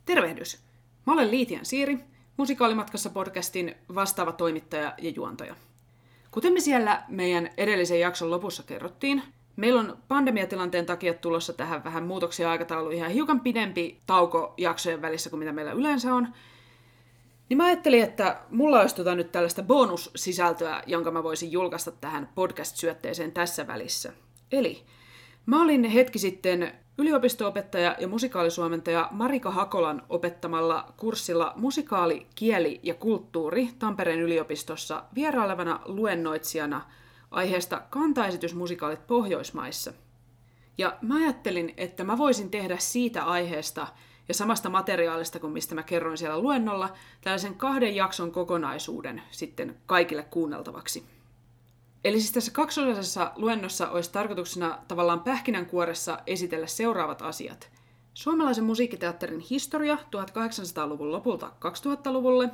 Tervehdys! Mä olen Liitian Siiri, Musikaalimatkassa podcastin vastaava toimittaja ja juontaja. Kuten me siellä meidän edellisen jakson lopussa kerrottiin, meillä on pandemiatilanteen takia tulossa tähän vähän muutoksia aikatauluihin ja hiukan pidempi tauko jaksojen välissä kuin mitä meillä yleensä on. Niin mä ajattelin, että mulla olisi nyt tällaista bonussisältöä, jonka mä voisin julkaista tähän podcast-syötteeseen tässä välissä. Eli mä olin hetki sitten yliopisto-opettaja ja musikaalisuomentaja Marika Hakolan opettamalla kurssilla musikaali, kieli ja kulttuuri Tampereen yliopistossa vierailevana luennoitsijana aiheesta kantaesitysmusikaalit Pohjoismaissa. Ja mä ajattelin, että mä voisin tehdä siitä aiheesta ja samasta materiaalista kuin mistä mä kerroin siellä luennolla, tällaisen 2 jakson kokonaisuuden sitten kaikille kuunneltavaksi. Eli siis tässä 2-osaisessa luennossa olisi tarkoituksena tavallaan pähkinänkuoressa esitellä seuraavat asiat. Suomalaisen musiikkiteatterin historia 1800-luvun lopulta 2000-luvulle,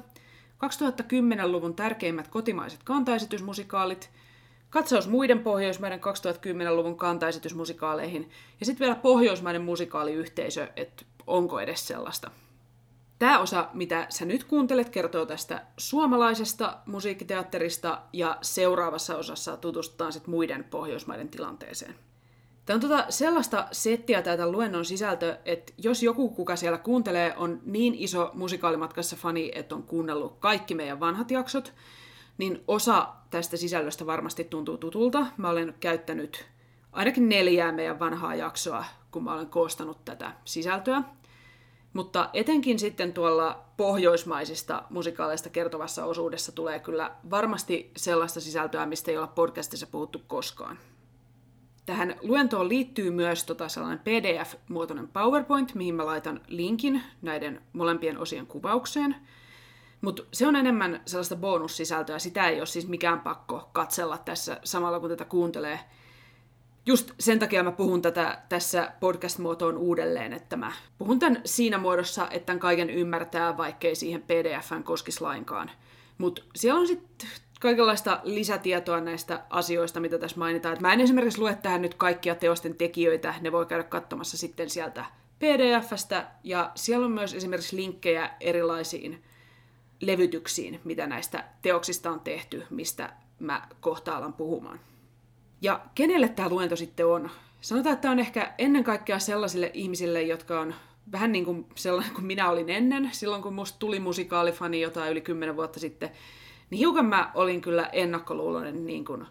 2010-luvun tärkeimmät kotimaiset kantaesitysmusikaalit, katsaus muiden Pohjoismaiden 2010-luvun kantaesitysmusikaaleihin ja sitten vielä pohjoismainen musikaaliyhteisö, että onko edes sellaista. Tämä osa, mitä sä nyt kuuntelet, kertoo tästä suomalaisesta musiikkiteatterista ja seuraavassa osassa tutustutaan sitten muiden Pohjoismaiden tilanteeseen. Tämä on sellaista settiä tämä luennon sisältö, että jos joku, kuka siellä kuuntelee, on niin iso Musikaalimatkassa fani, että on kuunnellut kaikki meidän vanhat jaksot, niin osa tästä sisällöstä varmasti tuntuu tutulta. Mä olen käyttänyt ainakin 4 meidän vanhaa jaksoa, kun mä olen koostanut tätä sisältöä. Mutta etenkin sitten tuolla pohjoismaisista musikaaleista kertovassa osuudessa tulee kyllä varmasti sellaista sisältöä, mistä ei olla podcastissa puhuttu koskaan. Tähän luentoon liittyy myös sellainen PDF-muotoinen PowerPoint, mihin mä laitan linkin näiden molempien osien kuvaukseen. Mutta se on enemmän sellaista bonussisältöä, sitä ei ole siis mikään pakko katsella tässä samalla kun tätä kuuntelee. Just sen takia mä puhun tätä tässä podcast-muotoon uudelleen, että mä puhun tämän siinä muodossa, että tämän kaiken ymmärtää, vaikkei siihen PDF:ään koskisi lainkaan. Mutta siellä on sitten kaikenlaista lisätietoa näistä asioista, mitä tässä mainitaan. Et mä en esimerkiksi lue tähän nyt kaikkia teosten tekijöitä, ne voi käydä katsomassa sitten sieltä PDF:stä, ja siellä on myös esimerkiksi linkkejä erilaisiin levytyksiin, mitä näistä teoksista on tehty, mistä mä kohta alan puhumaan. Ja kenelle tämä luento sitten on? Sanotaan, että tämä on ehkä ennen kaikkea sellaisille ihmisille, jotka on vähän niin kuin sellainen kuin minä olin ennen, silloin kun musta tuli musikaalifani jotain yli 10 vuotta sitten, niin hiukan mä olin kyllä ennakkoluuloinen niin kuin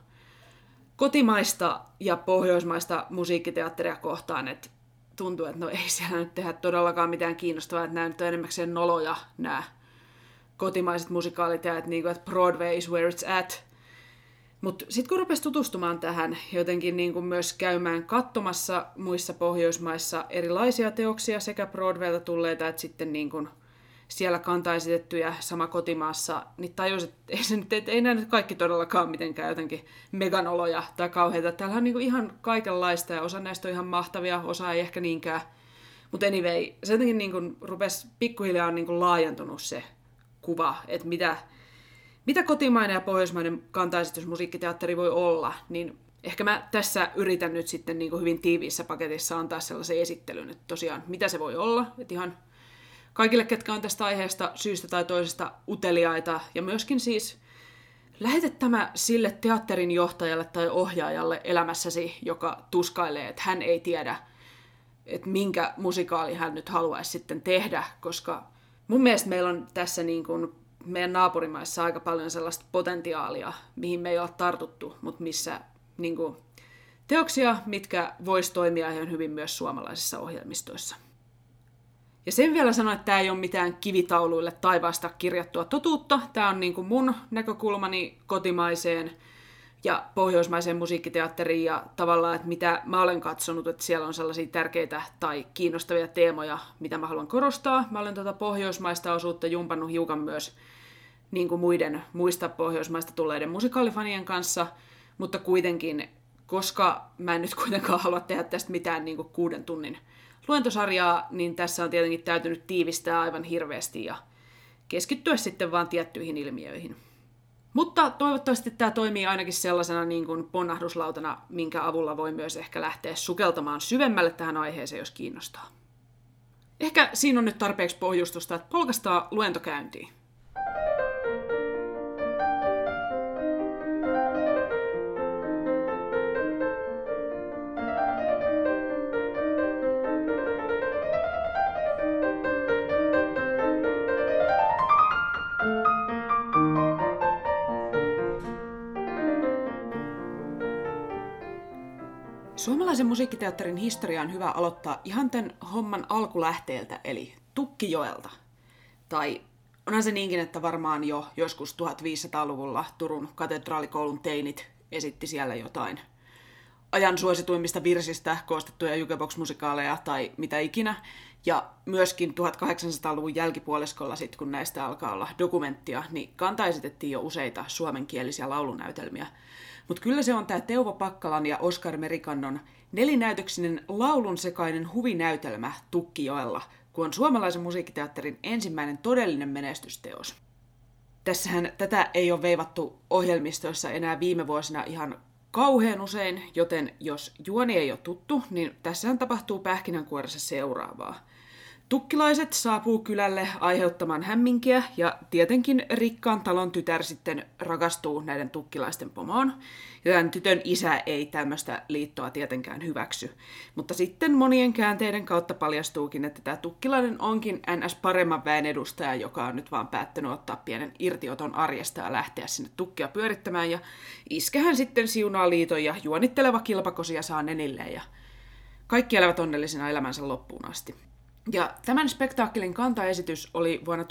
kotimaista ja pohjoismaista musiikkiteatteria kohtaan, että tuntuu, että no ei siellä nyt tehdä todellakaan mitään kiinnostavaa, että nämä nyt on enemmäkseen noloja nämä kotimaiset musikaalit ja että Broadway is where it's at. Mutta sitten kun rupesi tutustumaan tähän, jotenkin niin kuin myös käymään katsomassa muissa Pohjoismaissa erilaisia teoksia, sekä Broadwaylta tulleita, että sitten niin kuin siellä kantaesitettyjä sama kotimaassa, niin tajusin, että ei nämä nyt kaikki todellakaan mitenkään jotenkin meganoloja tai kauheita. Täällä on niin kuin ihan kaikenlaista ja osa näistä on ihan mahtavia, osa ei ehkä niinkään. Mutta anyway, se jotenkin niin kuin rupesi pikkuhiljaa niin kuin laajentunut se kuva, että mitä kotimainen ja pohjoismainen kantaesitysmusiikkiteatteri voi olla, niin ehkä mä tässä yritän nyt sitten niin kuin hyvin tiiviissä paketissa antaa sellaisen esittelyn, että tosiaan mitä se voi olla, että ihan kaikille, ketkä on tästä aiheesta syystä tai toisesta uteliaita, ja myöskin siis lähetä tämä sille teatterin johtajalle tai ohjaajalle elämässäsi, joka tuskailee, että hän ei tiedä, että minkä musikaali hän nyt haluaisi sitten tehdä, koska mun mielestä meillä on tässä niin kuin meidän naapurimaissa aika paljon sellaista potentiaalia, mihin me ei ole tartuttu, mutta missä niin kuin, teoksia, mitkä vois toimia ihan hyvin myös suomalaisissa ohjelmistoissa. Ja sen vielä sanon, että tämä ei ole mitään kivitauluille taivaasta kirjattua totuutta. Tämä on niin kuin mun näkökulmani kotimaiseen ja pohjoismaiseen musiikkiteatteriin ja tavallaan, että mitä mä olen katsonut, että siellä on sellaisia tärkeitä tai kiinnostavia teemoja, mitä mä haluan korostaa. Mä olen pohjoismaista osuutta jumpannut hiukan myös niin kuin muista pohjoismaista tulleiden musikaalifanien kanssa, mutta kuitenkin, koska mä en nyt kuitenkaan halua tehdä tästä mitään niin kuin 6 tunnin luentosarjaa, niin tässä on tietenkin täytynyt tiivistää aivan hirveästi ja keskittyä sitten vaan tiettyihin ilmiöihin. Mutta toivottavasti tämä toimii ainakin sellaisena niin kuin ponnahduslautana, minkä avulla voi myös ehkä lähteä sukeltamaan syvemmälle tähän aiheeseen, jos kiinnostaa. Ehkä siinä on nyt tarpeeksi pohjustusta, että polkastaa luento käyntiin. Suomalaisen musiikkiteatterin historia on hyvä aloittaa ihan tämän homman alkulähteeltä, eli Tukkijoelta. Tai onhan se niinkin, että varmaan jo joskus 1500-luvulla Turun katedraalikoulun teinit esitti siellä jotain ajan suosituimmista virsistä koostettuja jukebox-musikaaleja tai mitä ikinä. Ja myöskin 1800-luvun jälkipuoliskolla, sit, kun näistä alkaa olla dokumenttia, niin kanta esitettiin jo useita suomenkielisiä laulunäytelmiä. Mutta kyllä se on tämä Teuvo Pakkalan ja Oskar Merikannon nelinäytöksinen laulunsekainen huvinäytelmä Tukkijoella, kun on suomalaisen musiikkiteatterin ensimmäinen todellinen menestysteos. Tässähän tätä ei ole veivattu ohjelmistoissa enää viime vuosina ihan kauhean usein, joten jos juoni ei ole tuttu, niin tässähän tapahtuu pähkinänkuoressa seuraavaa. Tukkilaiset saapuu kylälle aiheuttamaan hämminkiä ja tietenkin rikkaan talon tytär sitten rakastuu näiden tukkilaisten pomoon. Ja tämän tytön isä ei tämmöistä liittoa tietenkään hyväksy. Mutta sitten monien käänteiden kautta paljastuukin, että tämä tukkilainen onkin NS paremman väen edustaja, joka on nyt vaan päättänyt ottaa pienen irtioton arjesta ja lähteä sinne tukkia pyörittämään. Ja iskähän sitten siunaa liiton ja juonitteleva kilpakosia saa nenilleen ja kaikki elävät onnellisena elämänsä loppuun asti. Ja tämän spektaakkelin kantaesitys oli vuonna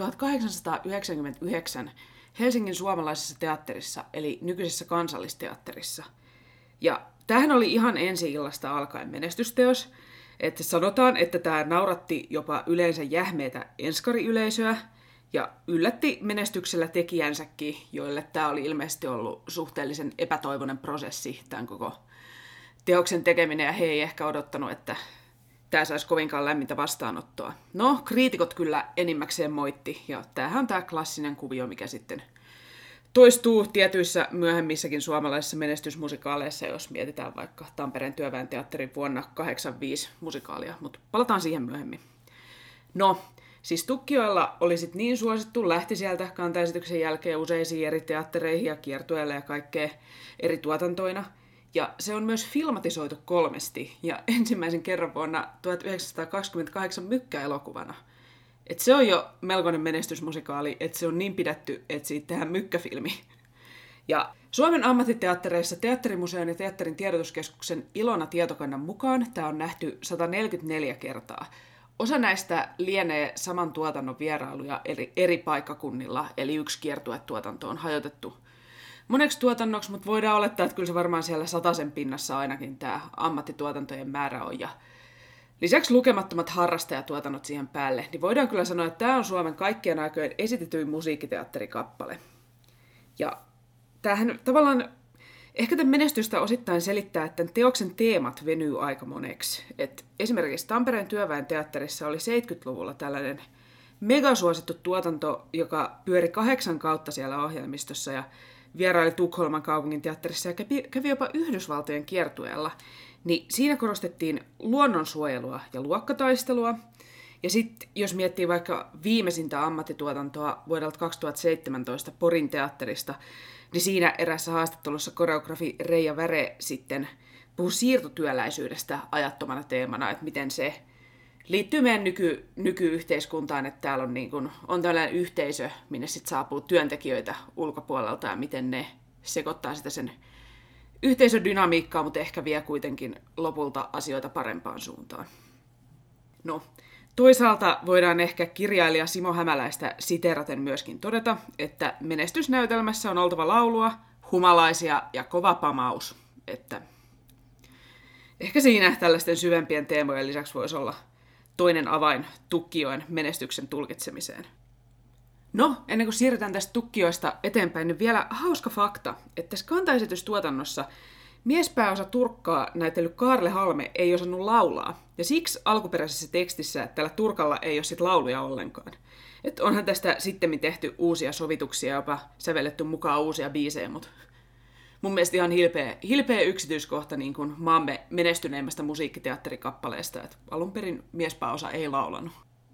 1899 Helsingin suomalaisessa teatterissa, eli nykyisessä Kansallisteatterissa. Ja tämähän oli ihan ensi-illasta alkaen menestysteos, että sanotaan, että tämä nauratti jopa yleensä jähmeitä enskariyleisöä, ja yllätti menestyksellä tekijänsäkin, joille tämä oli ilmeisesti ollut suhteellisen epätoivoinen prosessi, tämän koko teoksen tekeminen, ja he ei ehkä odottanut, että tämä saisi kovinkaan lämmintä vastaanottoa. No, kriitikot kyllä enimmäkseen moitti, ja tämähän on tämä klassinen kuvio, mikä sitten toistuu tietyissä myöhemmissäkin suomalaisissa menestysmusikaaleissa, jos mietitään vaikka Tampereen työväen teatterin vuonna 1985 musikaalia, mutta palataan siihen myöhemmin. No, siis Tukkijoella oli sitten niin suosittu, lähti sieltä kantaesityksen jälkeen useisiin eri teattereihin ja kiertueille ja kaikkea eri tuotantoina. Ja se on myös filmatisoitu 3, ja ensimmäisen kerran vuonna 1928 Mykkä-elokuvana. Et se on jo melkoinen menestysmusikaali, että se on niin pidetty, että siitä tehdään mykkäfilmi. Ja Suomen ammattiteattereissa Teatterimuseon ja Teatterin tiedotuskeskuksen Ilona-tietokannan mukaan tämä on nähty 144 kertaa. Osa näistä lienee saman tuotannon vierailuja eri paikkakunnilla, eli yksi kiertuetuotanto on hajotettu moneksi tuotannoksi, mutta voidaan olettaa, että kyllä se varmaan siellä 100 pinnassa ainakin tämä ammattituotantojen määrä on. Ja lisäksi lukemattomat harrastajatuotannot siihen päälle, niin voidaan kyllä sanoa, että tämä on Suomen kaikkien aikojen esitetyin musiikkiteatterikappale. Ja tämähän tavallaan ehkä tämän menestystä osittain selittää, että tämän teoksen teemat venyy aika moneksi. Et esimerkiksi Tampereen työväen teatterissa oli 70-luvulla tällainen megasuosittu tuotanto, joka pyöri 8 kautta siellä ohjelmistossa ja vieraili Tukholman kaupungin teatterissa ja kävi jopa Yhdysvaltojen kiertueella, niin siinä korostettiin luonnonsuojelua ja luokkataistelua. Ja sitten jos miettii vaikka viimeisintä ammattituotantoa vuodelta 2017 Porin teatterista, niin siinä erässä haastattelussa koreografi Reija Väre sitten puhui siirtotyöläisyydestä ajattomana teemana, että miten se liittyy meidän nykyyhteiskuntaan, että täällä on tällainen yhteisö, minne sitten saapuu työntekijöitä ulkopuolelta ja miten ne sekoittaa sitä sen yhteisön dynamiikkaa, mutta ehkä vie kuitenkin lopulta asioita parempaan suuntaan. No, toisaalta voidaan ehkä kirjailija Simo Hämäläistä siteeraten myöskin todeta, että menestysnäytelmässä on oltava laulua, humalaisia ja kova pamaus. Että ehkä siinä tällaisten syvempien teemojen lisäksi voisi olla toinen avain Tukkijoen menestyksen tulkitsemiseen. No, ennen kuin siirrytään tästä Tukkijoista eteenpäin, niin vielä hauska fakta, että tässä kantaesitystuotannossa miespääosa Turkkaa näytellyt Kaarle Halme ei osannut laulaa, ja siksi alkuperäisessä tekstissä tällä Turkalla ei ole sit lauluja ollenkaan. Et onhan tästä sittemmin tehty uusia sovituksia, jopa sävelletty mukaan uusia biisejä, mutta mun mielestä ihan hilpeä yksityiskohta niin kuin maamme menestyneimmästä musiikkiteatterikappaleesta, että alun perin miespääosa ei laulanut.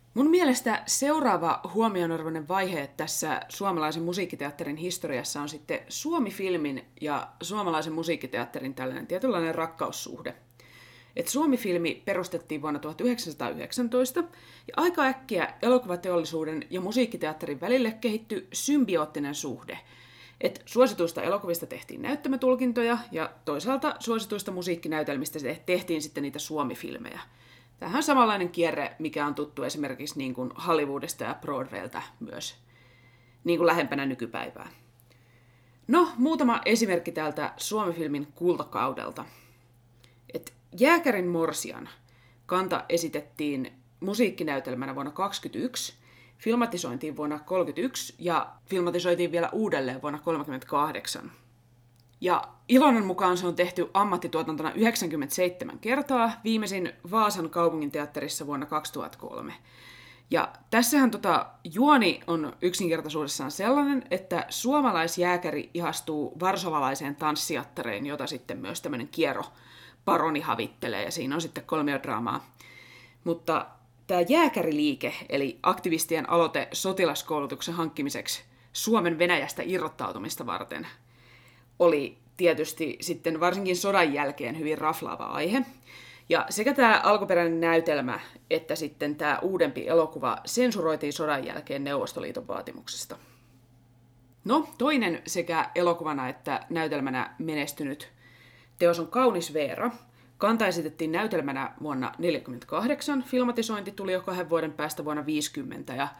Mun mielestä seuraava huomionarvoinen vaihe tässä suomalaisen musiikkiteatterin historiassa on sitten Suomi-filmin ja suomalaisen musiikkiteatterin tällainen tietynlainen rakkaussuhde. Et Suomi-filmi perustettiin vuonna 1919 ja aika äkkiä elokuvateollisuuden ja musiikkiteatterin välille kehittyi symbioottinen suhde. Et suosituista elokuvista tehtiin näyttämötulkintoja ja toisaalta suosituista musiikkinäytelmistä tehtiin sitten niitä Suomi-filmejä. Tämähän on samanlainen kierre, mikä on tuttu esimerkiksi niin kuin Hollywoodista ja Broadwaylta myös niin kuin lähempänä nykypäivää. No, muutama esimerkki täältä Suomi-filmin kultakaudelta. Jääkärin morsian kanta esitettiin musiikkinäytelmänä vuonna 1921, filmatisointiin vuonna 1931 ja filmatisoitiin vielä uudelleen vuonna 1938. Ja Ilonan mukaan se on tehty ammattituotantona 97 kertaa, viimeisin Vaasan kaupunginteatterissa vuonna 2003. Ja tässähän juoni on yksinkertaisuudessaan sellainen, että suomalaisjääkäri ihastuu varsovalaiseen tanssijattareen, jota sitten myös tämmöinen kiero paroni havittelee, ja siinä on sitten kolmiodraamaa. Mutta tämä jääkäriliike, eli aktivistien aloite sotilaskoulutuksen hankkimiseksi Suomen Venäjästä irrottautumista varten, oli tietysti sitten varsinkin sodan jälkeen hyvin raflaava aihe. Ja sekä tämä alkuperäinen näytelmä että sitten tämä uudempi elokuva sensuroitiin sodan jälkeen Neuvostoliiton vaatimuksesta. No, toinen sekä elokuvana että näytelmänä menestynyt teos on Kaunis Veera. Kanta esitettiin näytelmänä vuonna 1948, filmatisointi tuli jo 2 vuoden päästä vuonna 1950 ja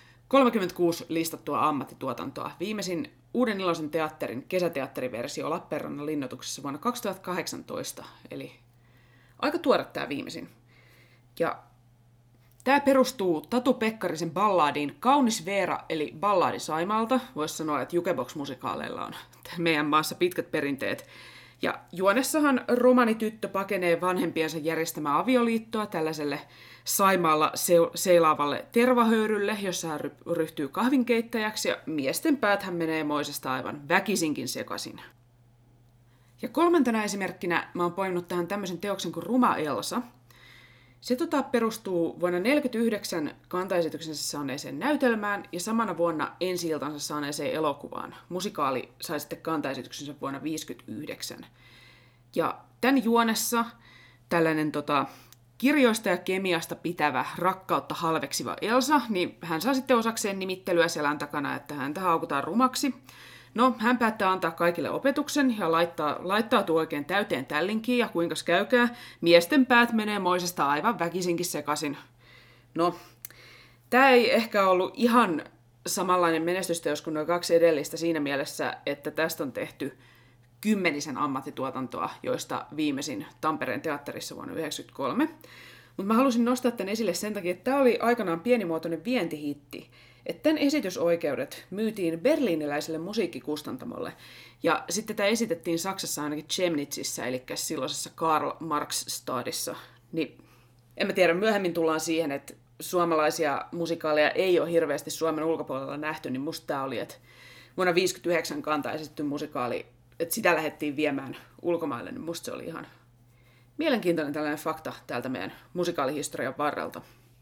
36 listattua ammattituotantoa. Viimeisin Uuden Iloisen teatterin kesäteatteriversio Lappeenrannan linnoituksessa vuonna 2018, eli aika tuore tämä viimeisin. Ja tämä perustuu Tatu Pekkarisen ballaadiin Kaunis Veera, eli ballaadi Saimaalta. Voisi sanoa, että jukebox-musikaaleilla on meidän maassa pitkät perinteet. Ja juonessahan romanityttö pakenee vanhempiensa järjestämää avioliittoa tällaiselle Saimaalla seilaavalle tervahöyrylle, jossa hän ryhtyy kahvinkeittäjäksi, ja miesten pääthän menee moisesta aivan väkisinkin sekaisin. Ja kolmantena esimerkkinä mä oon poiminut tähän tämmöisen teoksen kuin Ruma Elsa. Se perustuu vuonna 1949 kantaesityksensä saaneeseen näytelmään ja samana vuonna ensi-iltansa saaneeseen elokuvaan. Musikaali sai sitten kantaesityksensä vuonna 1959. Ja tämän juonessa tällainen kirjoista ja kemiasta pitävä, rakkautta halveksiva Elsa, niin hän saa sitten osakseen nimittelyä selän takana, että häntä haukutaan rumaksi. No, hän päättää antaa kaikille opetuksen ja laittautuu oikein täyteen tällinkiin, ja kuinkas käykää, miesten päät menee moisesta aivan väkisinkin sekaisin. No, tämä ei ehkä ollut ihan samanlainen menestysteos kuin nuo 2 edellistä siinä mielessä, että tästä on tehty 10 ammattituotantoa, joista viimeisin Tampereen teatterissa vuonna 1993. Mutta mä halusin nostaa tämän esille sen takia, että tämä oli aikanaan pienimuotoinen vientihitti. Että tämän esitysoikeudet myytiin berliiniläiselle musiikkikustantamolle. Ja sitten tämä esitettiin Saksassa ainakin Chemnitzissä, eli silloisessa Karl Marx Stadissa. Niin, en mä tiedä, myöhemmin tullaan siihen, että suomalaisia musikaaleja ei ole hirveästi Suomen ulkopuolella nähty, niin musta tämä oli, että vuonna 1959 kanta esitetty musikaali, että sitä lähdettiin viemään ulkomaille, niin musta se oli ihan mielenkiintoinen tällainen fakta täältä meidän musikaalihistorian varrelta.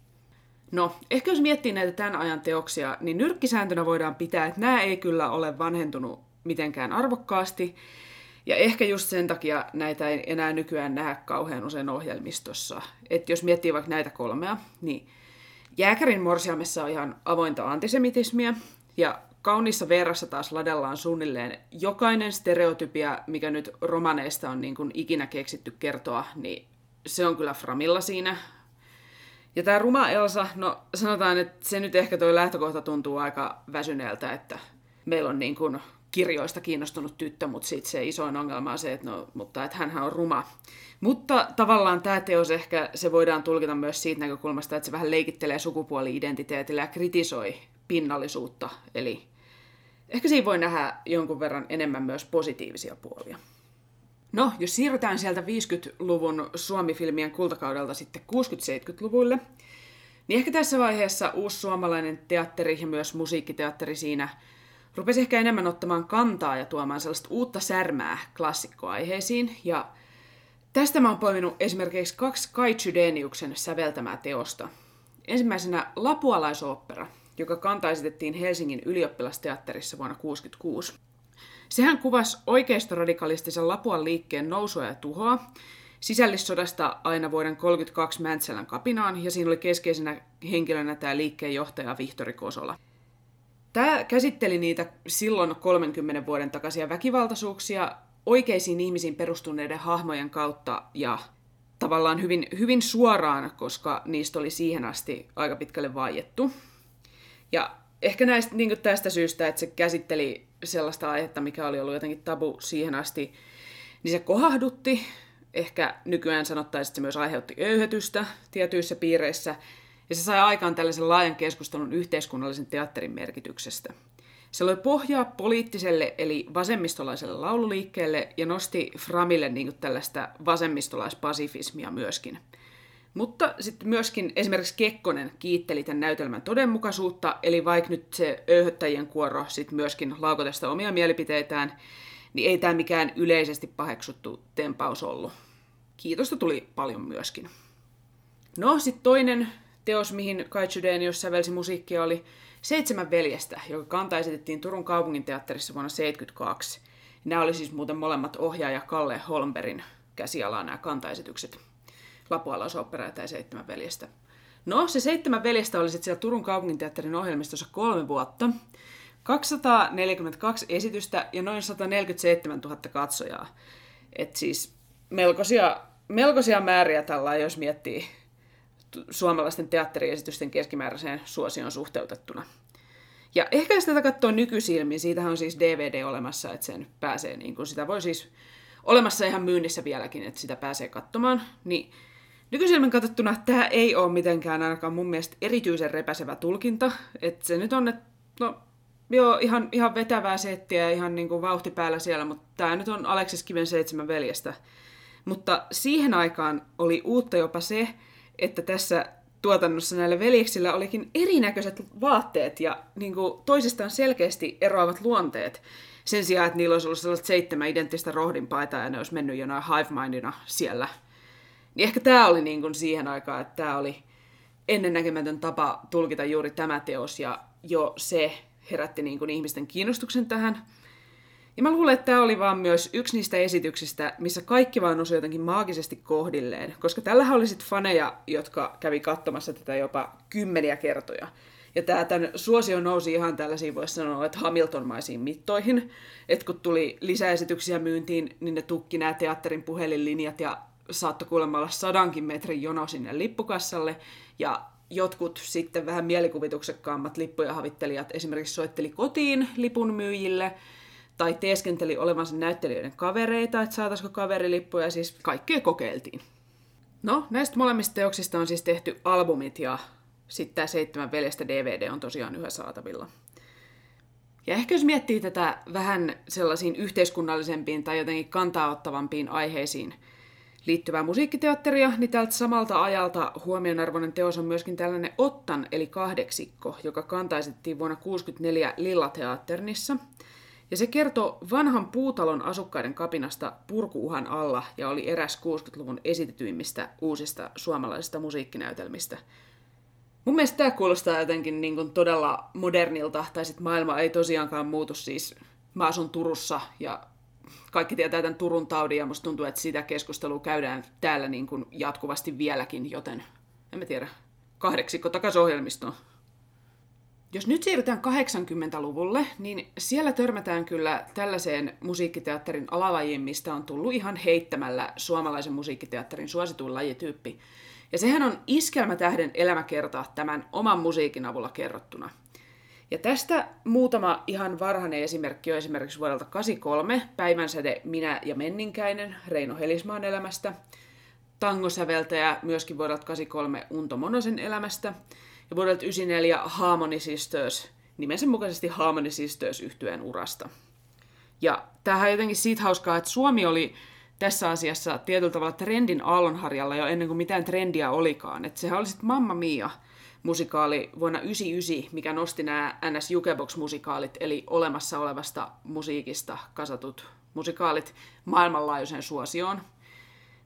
No, ehkä jos miettii näitä tämän ajan teoksia, niin nyrkkisääntönä voidaan pitää, että nämä ei kyllä ole vanhentunut mitenkään arvokkaasti. Ja ehkä just sen takia näitä ei enää nykyään nähdä kauhean usein ohjelmistossa. Että jos miettii vaikka näitä 3, niin Jääkärin morsiamessa on ihan avointa antisemitismiä. Ja Kauniissa Veerassa taas ladellaan suunnilleen jokainen stereotypia, mikä nyt romaneista on niin kuin ikinä keksitty kertoa, niin se on kyllä framilla siinä. Ja tämä Ruma Elsa, no sanotaan, että se nyt ehkä toi lähtökohta tuntuu aika väsyneeltä, että meillä on niin kuin kirjoista kiinnostunut tyttö, mutta sitten se isoin ongelma on se, että mutta että hänhän on ruma. Mutta tavallaan tämä teos ehkä se voidaan tulkita myös siitä näkökulmasta, että se vähän leikittelee sukupuoli-identiteetillä ja kritisoi pinnallisuutta. Eli ehkä siinä voi nähdä jonkun verran enemmän myös positiivisia puolia. No, jos siirrytään sieltä 50-luvun Suomi-filmien kultakaudelta sitten 60-70-luvuille, niin ehkä tässä vaiheessa uusi suomalainen teatteri ja myös musiikkiteatteri siinä rupesi ehkä enemmän ottamaan kantaa ja tuomaan sellaista uutta särmää klassikkoaiheisiin. Ja tästä mä oon poiminut esimerkiksi 2 Kai Chydeniuksen säveltämää teosta. ensimmäisenä lapualaisooppera, joka kantaesitettiin Helsingin ylioppilasteatterissa vuonna 1966. Sehän kuvasi oikeistoradikalistisen Lapuan liikkeen nousua ja tuhoa, sisällissodasta aina vuoden 1932 Mäntsälän kapinaan, ja siinä oli keskeisenä henkilönä tämä liikkeen johtaja Vihtori Kosola. Tämä käsitteli niitä silloin 30 vuoden takaisia väkivaltaisuuksia oikeisiin ihmisiin perustuneiden hahmojen kautta ja tavallaan hyvin, hyvin suoraan, koska niistä oli siihen asti aika pitkälle vaiettu. Ja ehkä näistä, niin tästä syystä, että se käsitteli sellaista aihetta, mikä oli ollut jotenkin tabu siihen asti, niin se kohahdutti. Ehkä nykyään sanottaisiin, että se myös aiheutti öyhötystä tietyissä piireissä, ja se sai aikaan tällaisen laajan keskustelun yhteiskunnallisen teatterin merkityksestä. Se loi pohjaa poliittiselle eli vasemmistolaiselle laululiikkeelle ja nosti framille niin tällaista vasemmistolaispasifismia myöskin. Mutta sitten myöskin esimerkiksi Kekkonen kiitteli tämän näytelmän todenmukaisuutta, eli vaikka nyt se öyhöttäjien kuoro sitten myöskin laukoi tästä omia mielipiteitään, niin ei tämä mikään yleisesti paheksuttu tempaus ollut. Kiitosta tuli paljon myöskin. No, sitten toinen teos, mihin Kai Chydenius sävelsi musiikkia, oli Seitsemän veljestä, joka kantaesitettiin Turun kaupunginteatterissa vuonna 1972. Nämä oli siis muuten molemmat ohjaaja Kalle Holmbergin käsialaa nämä kantaesitykset. Lapualaisooppera ja tämä Seitsemän veljestä. No, se Seitsemän veljestä oli sitten siellä Turun kaupunginteatterin ohjelmistossa 3 vuotta. 242 esitystä ja noin 147 000 katsojaa. Et siis melkoisia määriä tällä, jos miettii suomalaisten teatteriesitysten keskimääräiseen suosioon suhteutettuna. Ja ehkä jos tätä katsoo nykysilmin, siitähän on siis DVD olemassa, että sen pääsee, niin kun sitä voi siis olemassa ihan myynnissä vieläkin, että sitä pääsee katsomaan, niin nykysilmin katsottuna tämä ei ole mitenkään ainakaan mun mielestä erityisen repäsevä tulkinta, että se nyt on, että no joo, ihan vetävää settiä ja ihan niin kuin vauhti päällä siellä, mutta tämä nyt on Aleksis Kiven Seitsemän veljestä. Mutta siihen aikaan oli uutta jopa se, että tässä tuotannossa näillä veljeksillä olikin erinäköiset vaatteet ja niin kuin toisistaan selkeästi eroavat luonteet. Sen sijaan, että niillä olisi ollut sellaiset 7 identtistä rohdinpaitaa ja ne olisi mennyt jonain hive-mindina siellä. Niin ehkä tämä oli niin kuin siihen aikaan, että tämä oli ennennäkemätön tapa tulkita juuri tämä teos ja jo se herätti niin kuin ihmisten kiinnostuksen tähän. Ja mä luulen, että tämä oli vaan myös yksi niistä esityksistä, missä kaikki vaan osui jotenkin maagisesti kohdilleen, koska tällähän oli sitten faneja, jotka kävi katsomassa tätä jopa 10 kertoja. Ja tämän suosio nousi ihan tällaisiin, voisi sanoa, että Hamiltonmaisiin mittoihin. Että kun tuli lisäesityksiä myyntiin, niin ne tukki nämä teatterin puhelinlinjat ja saattoi kuulemma olla 100 metrin jono sinne lippukassalle. Ja jotkut sitten vähän mielikuvituksekkaammat lippuja havittelijat esimerkiksi soitteli kotiin lipun myyjille tai teeskenteli olevansa näyttelijöiden kavereita, että saataisiko kaverilippuja, siis kaikkea kokeiltiin. No, näistä molemmista teoksista on siis tehty albumit ja sitten tämä 7 veljestä DVD on tosiaan yhä saatavilla. Ja ehkä jos miettii tätä vähän sellaisiin yhteiskunnallisempiin tai jotenkin kantaa-ottavampiin aiheisiin liittyvää musiikkiteatteria, niin tältä samalta ajalta huomionarvoinen teos on myöskin tällainen Ottan eli Kahdeksikko, joka kantaisettiin vuonna 1964 Lillateatternissa. Ja se kertoo vanhan puutalon asukkaiden kapinasta purkuuhan alla ja oli eräs 60-luvun esitetyimmistä uusista suomalaisista musiikkinäytelmistä. Mun mielestä tämä kuulostaa jotenkin niin kuin todella modernilta, tai sitten maailma ei tosiaankaan muutu, siis mä asun Turussa ja kaikki tietää tämän Turun taudin ja musta tuntuu, että sitä keskustelua käydään täällä niin kuin jatkuvasti vieläkin, joten en mä tiedä, 8 takaisin ohjelmistoon. Jos nyt siirrytään 80-luvulle, niin siellä törmätään kyllä tällaiseen musiikkiteatterin alalajiin, mistä on tullut ihan heittämällä suomalaisen musiikkiteatterin suosituin lajityyppi. Ja sehän on Iskelmätähden elämäkerta tämän oman musiikin avulla kerrottuna. Ja tästä muutama ihan varhainen esimerkki on esimerkiksi vuodelta 1983, Päivänsäde, Minä ja Menninkäinen, Reino Helismaan elämästä, tangosäveltäjä myöskin vuodelta 1983 Unto Monosen elämästä, ja vuodelta 1994 Harmony Sisters, nimensä mukaisesti Harmony Sisters -yhtyeen urasta. Ja tämähän on jotenkin siitä hauskaa, että Suomi oli tässä asiassa tietyllä tavalla trendin aallonharjalla jo ennen kuin mitään trendiä olikaan. Että sehän oli sitten Mamma Mia-musikaali vuonna 1999, mikä nosti nämä NS Jukebox-musikaalit, eli olemassa olevasta musiikista kasatut musikaalit maailmanlaajuiseen suosioon.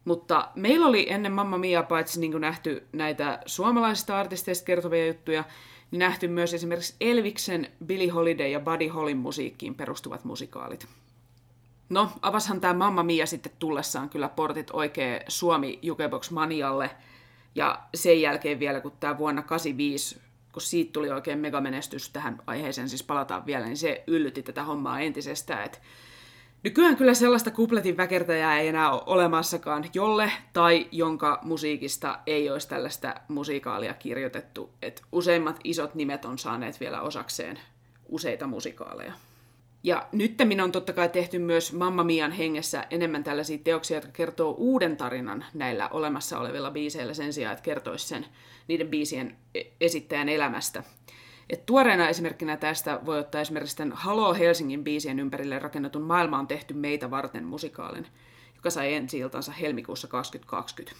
Mutta meillä oli ennen Mamma Mia paitsi niin kuin nähty näitä suomalaisista artisteista kertovia juttuja, niin nähty myös esimerkiksi Elviksen, Billie Holiday ja Buddy Hollyn musiikkiin perustuvat musikaalit. No, avashan tämä Mamma Mia sitten tullessaan kyllä portit oikein Suomi Jukebox-manialle, ja sen jälkeen vielä, kun tämä vuonna 1985, kun siitä tuli oikein megamenestys tähän aiheeseen, siis palataan vielä, niin se yllytti tätä hommaa entisestään. Et nykyään kyllä sellaista kupletin väkertäjää ei enää ole olemassakaan, jolle tai jonka musiikista ei olisi tällaista musiikaalia kirjoitettu. Et useimmat isot nimet on saaneet vielä osakseen useita musikaaleja. Ja nyttemmin on totta kai tehty myös Mamma Mian hengessä enemmän tällaisia teoksia, jotka kertoo uuden tarinan näillä olemassa olevilla biiseillä sen sijaan, että kertoisi sen niiden biisien esittäjän elämästä. Et tuoreena esimerkkinä tästä voi ottaa esimerkiksi tämän Haloo Helsingin biisien ympärille rakennetun Maailma on tehty meitä varten -musikaalin, joka sai ensi-iltansa helmikuussa 2020.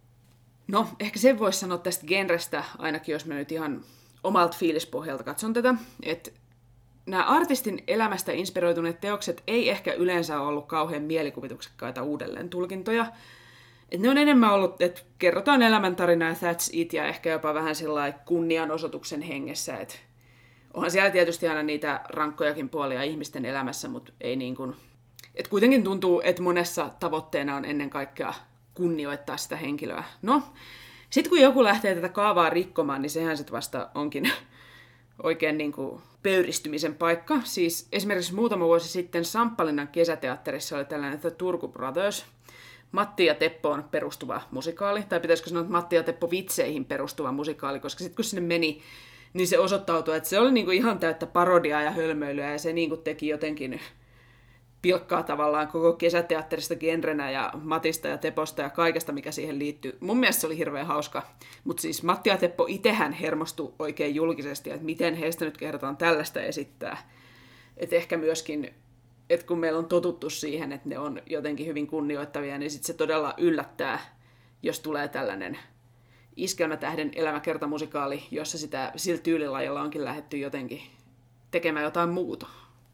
No, ehkä sen voisi sanoa tästä genrestä, ainakin jos mä nyt ihan omalta fiilispohjalta katson tätä, että nämä artistin elämästä inspiroituneet teokset ei ehkä yleensä ole ollut kauhean mielikuvituksekkaita uudelleen tulkintoja. Et ne on enemmän ollut, että kerrotaan elämäntarinaa ja that's it, ja ehkä jopa vähän sellainen kunnianosoituksen hengessä. Et onhan siellä tietysti aina niitä rankkojakin puolia ihmisten elämässä, mutta ei niin kuin. Et kuitenkin tuntuu, että monessa tavoitteena on ennen kaikkea kunnioittaa sitä henkilöä. No, sitten kun joku lähtee tätä kaavaa rikkomaan, niin sehän sitten vasta onkin oikein niin kuin pöyristymisen paikka. Siis esimerkiksi muutama vuosi sitten Samppalinnan kesäteatterissa oli tällainen The Turku Brothers, Matti ja Teppoon perustuva musikaali, tai pitäisikö sanoa, että Matti ja Teppo vitseihin perustuva musikaali, koska sitten kun sinne meni, niin se osoittautui, että se oli niinku ihan täyttä parodiaa ja hölmöilyä, ja se niinku teki jotenkin pilkkaa tavallaan koko kesäteatterista genrenä ja Matista ja Teposta ja kaikesta, mikä siihen liittyy. Mun mielestä se oli hirveän hauska, mutta siis Matti ja Teppo itsehän hermostui oikein julkisesti, että miten heistä nyt kerrotaan tällaista esittää. Että ehkä myöskin, että kun meillä on totuttu siihen, että ne on jotenkin hyvin kunnioittavia, niin sitten se todella yllättää, jos tulee tällainen Iskelmätähden elämäkertamusikaali, jossa sillä tyylilajilla onkin lähdetty jotenkin tekemään jotain muuta.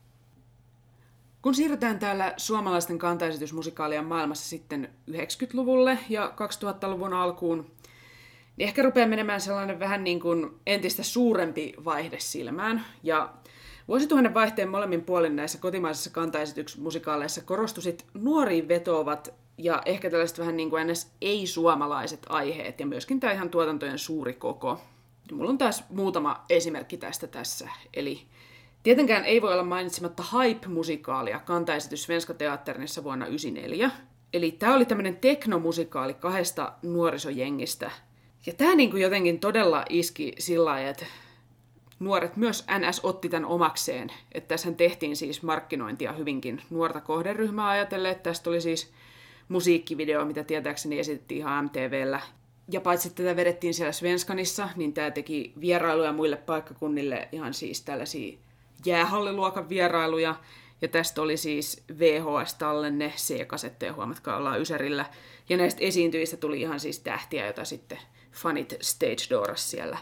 Kun siirrytään täällä suomalaisten kantaesitysmusikaalien maailmassa sitten 90-luvulle ja 2000-luvun alkuun, niin ehkä rupeaa menemään sellainen vähän niin kuin entistä suurempi vaihde silmään. Ja vuosituhannen vaihteen molemmin puolin näissä kotimaisissa kantaesitysmusikaaleissa korostusit nuoriin vetoavat ja ehkä tällaiset vähän niin kuin ns. Ei-suomalaiset aiheet ja myöskin tämä ihan tuotantojen suuri koko. Ja mulla on taas muutama esimerkki tästä tässä. Eli tietenkään ei voi olla mainitsematta Hype-musikaalia, kantaesitys Svenska Teatternissa vuonna 1994. Eli tämä oli tämmöinen teknomusikaali kahdesta nuorisojengistä. Ja tämä niin kuin jotenkin todella iski sillä lailla, että nuoret myös NS otti tämän omakseen. Että tässähän tehtiin siis markkinointia hyvinkin nuorta kohderyhmää ajatellen, että tästä oli siis musiikkivideo, mitä tietääkseni esitettiin ihan MTV:llä. Ja paitsi että tätä vedettiin siellä Svenskanissa, niin tämä teki vierailuja muille paikkakunnille, ihan siis tällaisia jäähalliluokan vierailuja. Ja tästä oli siis VHS-tallenne, C-kasetteja, huomatkaa, ollaan ysärillä. Ja näistä esiintyjistä tuli ihan siis tähtiä, jota sitten fanit stage dooras siellä.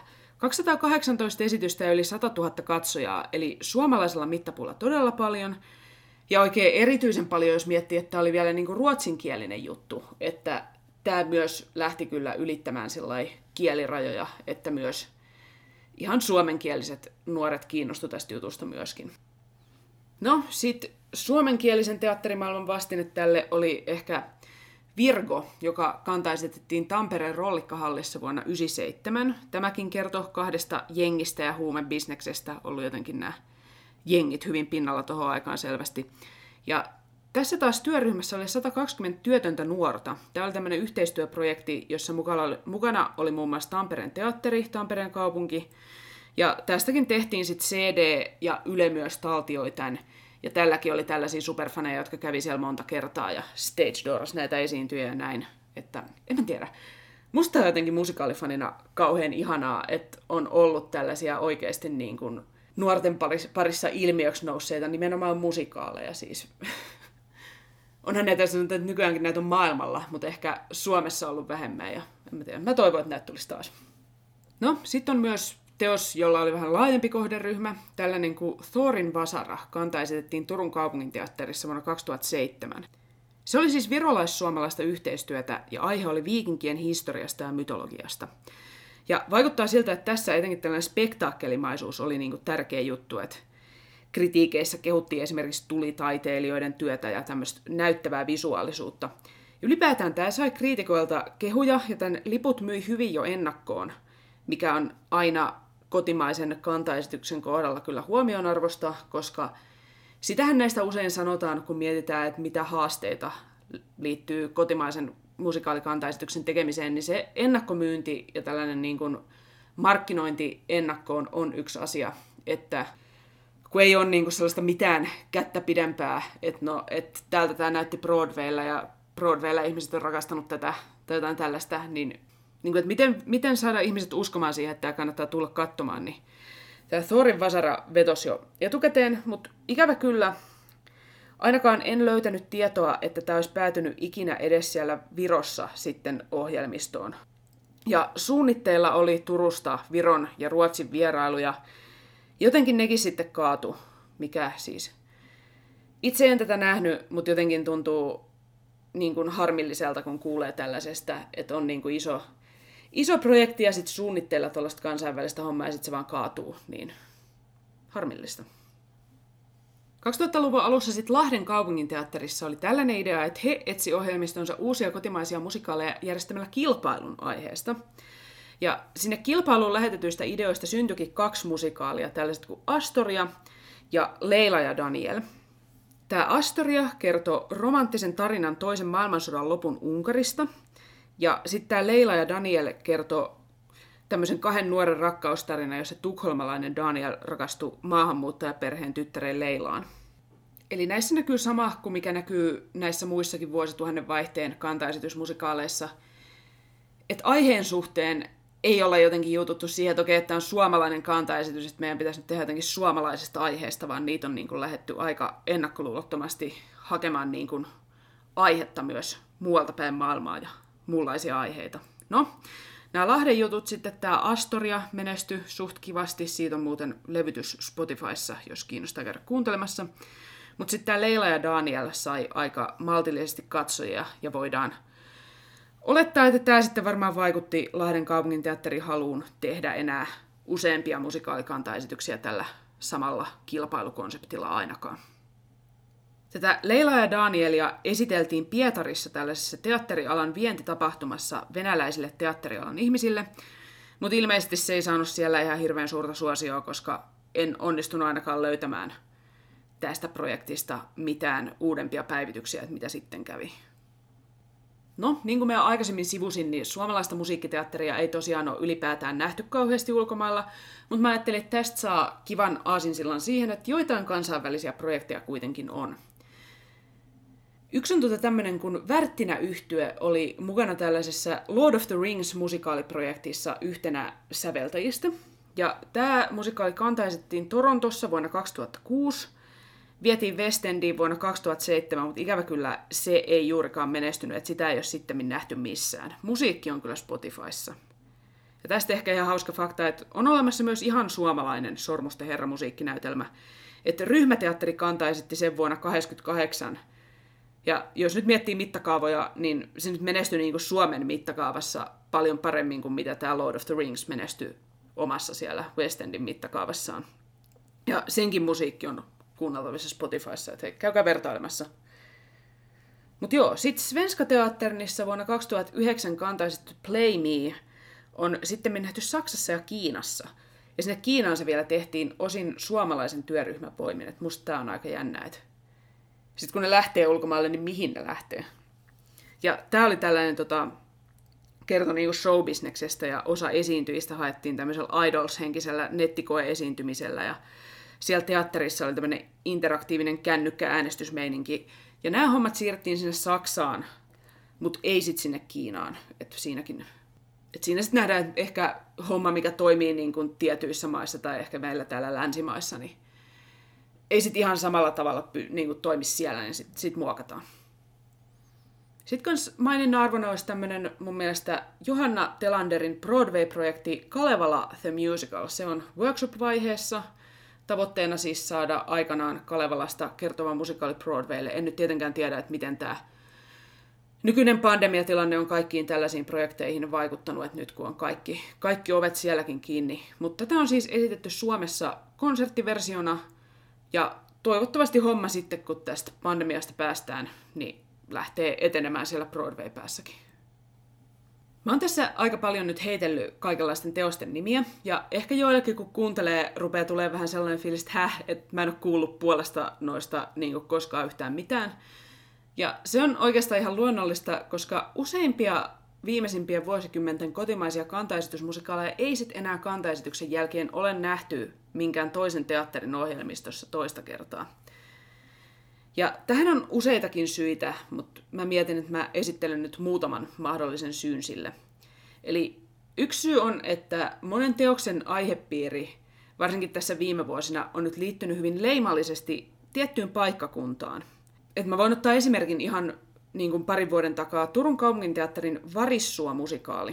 218 esitystä ja yli 100 000 katsojaa, eli suomalaisella mittapuulla todella paljon. Ja oikein erityisen paljon, jos miettii, että tämä oli vielä niin kuin ruotsinkielinen juttu. Että tämä myös lähti kyllä ylittämään kielirajoja, että myös ihan suomenkieliset nuoret kiinnostuivat tästä jutusta myöskin. No, sitten suomenkielisen teatterimaailman vastine tälle oli ehkä Virgo, joka kantaesitettiin Tampereen Rollikkahallissa vuonna 1997. Tämäkin kertoi kahdesta jengistä ja huumebisneksestä, ollut jotenkin nämä jengit hyvin pinnalla tuohon aikaan selvästi. Ja tässä taas työryhmässä oli 120 työtöntä nuorta. Tämä oli tämmöinen yhteistyöprojekti, jossa mukana oli muun muassa Tampereen teatteri, Tampereen kaupunki. Ja tästäkin tehtiin sitten CD ja Yle myös taltioi tämän. Ja tälläkin oli tällaisia superfaneja, jotka kävi siellä monta kertaa ja stage dooras näitä esiintyjiä ja näin. Että en mä tiedä. Musta on jotenkin musikaalifanina kauhean ihanaa, että on ollut tällaisia oikeasti niin kuin nuorten parissa ilmiöksi nousseita nimenomaan musikaaleja siis. Onhan näitä sanottu, että nykyäänkin näitä on maailmalla, mutta ehkä Suomessa on ollut vähemmän ja en mä tiedä. Mä toivon, että näitä tulisi taas. No, sitten on myös teos, jolla oli vähän laajempi kohderyhmä, tällainen kuin Thorin Vasara, kantaesitettiin Turun kaupunginteatterissa vuonna 2007. Se oli siis virolais-suomalaista yhteistyötä ja aihe oli viikinkien historiasta ja mytologiasta. Ja vaikuttaa siltä, että tässä etenkin tällainen spektaakkelimaisuus oli niin kuin tärkeä juttu, että kritiikeissä kehuttiin esimerkiksi tulitaiteilijoiden työtä ja tämmöistä näyttävää visuaalisuutta. Ylipäätään tämä sai kriitikoilta kehuja ja tämän liput myi hyvin jo ennakkoon, mikä on aina kotimaisen kantaesityksen kohdalla kyllä huomionarvosta, koska sitähän näistä usein sanotaan, kun mietitään, että mitä haasteita liittyy kotimaisen musikaalikantaesityksen tekemiseen, niin se ennakkomyynti ja tällainen niin kuin markkinointi ennakkoon on yksi asia, että kun ei ole niin kuin sellaista mitään kättä pidempää, että no, että täältä tämä näytti Broadwaylla ja Broadwaylla ihmiset on rakastanut tätä tai jotain tällaista, niin kuin, että miten saada ihmiset uskomaan siihen, että tämä kannattaa tulla katsomaan, niin tämä Thorin vasara vetosi jo etukäteen, mutta ikävä kyllä ainakaan en löytänyt tietoa, että tämä olisi päätynyt ikinä edes siellä Virossa sitten ohjelmistoon. Ja suunnitteilla oli Turusta Viron ja Ruotsin vierailuja. Jotenkin nekin sitten kaatu, mikä siis. Itse en tätä nähnyt, mutta jotenkin tuntuu niin kuin harmilliselta, kun kuulee tällaisesta, että on niin kuin iso projekti ja sitten suunnitteilla tuollaista kansainvälistä hommaa ja sitten se vaan kaatuu, niin harmillista. 2000-luvun alussa sitten Lahden kaupunginteatterissa oli tällainen idea, että he etsi ohjelmistonsa uusia kotimaisia musikaaleja järjestämällä kilpailun aiheesta. Ja sinne kilpailuun lähetetyistä ideoista syntyikin 2 musikaalia, tällaiset kuin Astoria ja Leila ja Daniel. Tämä Astoria kertoo romanttisen tarinan toisen maailmansodan lopun Unkarista, ja sitten tämä Leila ja Daniel kertoo tämmöisen 2 nuoren rakkaustarina, jossa tukholmalainen Daniel rakastui maahanmuuttajaperheen tyttäreen Leilaan. Eli näissä näkyy sama kuin mikä näkyy näissä muissakin vuosituhannen vaihteen kantaesitysmusikaaleissa, että aiheen suhteen ei olla jotenkin juututtu siihen, että okei, että on suomalainen kantaesitys, että meidän pitäisi nyt tehdä jotenkin suomalaisesta aiheesta, vaan niitä on niin kuin lähdetty aika ennakkoluulottomasti hakemaan niin kuin aihetta myös muualta päin maailmaa ja muunlaisia aiheita. No, nämä Lahden jutut sitten, tämä Astoria menestyi suht kivasti, siitä on muuten levytys Spotifyssa, jos kiinnostaa käydä kuuntelemassa. Mutta sitten tämä Leila ja Daniel sai aika maltillisesti katsojia ja voidaan olettaa, että tämä sitten varmaan vaikutti Lahden kaupunginteatterin haluun tehdä enää useampia musikaalikantaesityksiä tällä samalla kilpailukonseptilla ainakaan. Tätä Leila ja Danielia esiteltiin Pietarissa tällaisessa teatterialan vientitapahtumassa venäläisille teatterialan ihmisille, mutta ilmeisesti se ei saanut siellä ihan hirveän suurta suosioa, koska en onnistunut ainakaan löytämään tästä projektista mitään uudempia päivityksiä, että mitä sitten kävi. No, niin kuin me aikaisemmin sivusin, niin suomalaista musiikkiteatteria ei tosiaan ole ylipäätään nähty kauheasti ulkomailla, mutta mä ajattelin, että tästä saa kivan aasinsillan siihen, että joitain kansainvälisiä projekteja kuitenkin on. Yksi on tämmöinen kuin Wärttinä-yhtye oli mukana tällaisessa Lord of the Rings-musikaaliprojektissa yhtenä säveltäjistä. Ja tämä musikaali kantaesittiin Torontossa vuonna 2006, vietiin West Endiin vuonna 2007, mutta ikävä kyllä se ei juurikaan menestynyt, että sitä ei ole sittemmin nähty missään. Musiikki on kyllä Spotifyssa. Ja tästä ehkä ihan hauska fakta, että on olemassa myös ihan suomalainen Sormusten herra -musiikkinäytelmä, että Ryhmäteatteri kantaesitti sen vuonna 1988. Ja jos nyt miettii mittakaavoja, niin se nyt menestyi niin kuin Suomen mittakaavassa paljon paremmin kuin mitä tämä Lord of the Rings menestyi omassa siellä West Endin mittakaavassaan. Ja senkin musiikki on kuunneltavissa Spotifyssa, että hei, käykää vertailemassa. Mutta joo, sitten Svenska Teatternissa vuonna 2009 kantaesitty Play Me on sitten nähty Saksassa ja Kiinassa. Ja sinne Kiinaan se vielä tehtiin osin suomalaisen työryhmän voimin, että musta tää on aika jännä, että sitten kun ne lähtee ulkomaille, niin mihin ne lähtee? Ja tää oli tällainen kertoi niinku showbisneksestä ja osa esiintyjistä haettiin tämmöisellä Idols-henkisellä nettikoe-esiintymisellä ja siellä teatterissa oli tämmöinen interaktiivinen kännykkä-äänestysmeininki. Ja nämä hommat siirrettiin sinne Saksaan, mutta ei sitten sinne Kiinaan. Että siinä sitten nähdään ehkä homma, mikä toimii niin kuin tietyissä maissa tai ehkä meillä täällä länsimaissa, niin ei sitten ihan samalla tavalla niin kuin toimi siellä, niin sitten muokataan. Sitten kans maininnan arvona olisi tämmöinen mun mielestä Johanna Telanderin Broadway-projekti Kalevala The Musical. Se on workshop-vaiheessa. Tavoitteena siis saada aikanaan Kalevalasta kertova musikaali Broadwaylle. En nyt tietenkään tiedä, että miten tämä Nykyinen pandemiatilanne on kaikkiin tällaisiin projekteihin vaikuttanut, että nyt kun on kaikki ovet sielläkin kiinni. Mutta tätä on siis esitetty Suomessa konserttiversiona, ja toivottavasti homma sitten, kun tästä pandemiasta päästään, niin lähtee etenemään siellä Broadway-päässäkin. Mä oon tässä aika paljon nyt heitellyt kaikenlaisten teosten nimiä, ja ehkä joillekin kun kuuntelee, rupeaa tulemaan vähän sellainen fiilis, että mä en ole kuullut puolesta noista niin koskaan yhtään mitään. Ja se on oikeastaan ihan luonnollista, koska useimpia viimeisimpien vuosikymmenten kotimaisia kantaesitysmusikaaleja ei sit enää kantaesityksen jälkeen ole nähty minkään toisen teatterin ohjelmistossa toista kertaa. Ja tähän on useitakin syitä, mutta mä mietin, että mä esittelen nyt muutaman mahdollisen syyn sille. Eli yksi syy on, että monen teoksen aihepiiri, varsinkin tässä viime vuosina, on nyt liittynyt hyvin leimallisesti tiettyyn paikkakuntaan. Et mä voin ottaa esimerkin ihan niin kuin parin vuoden takaa Turun kaupunginteatterin Varissua-musikaali.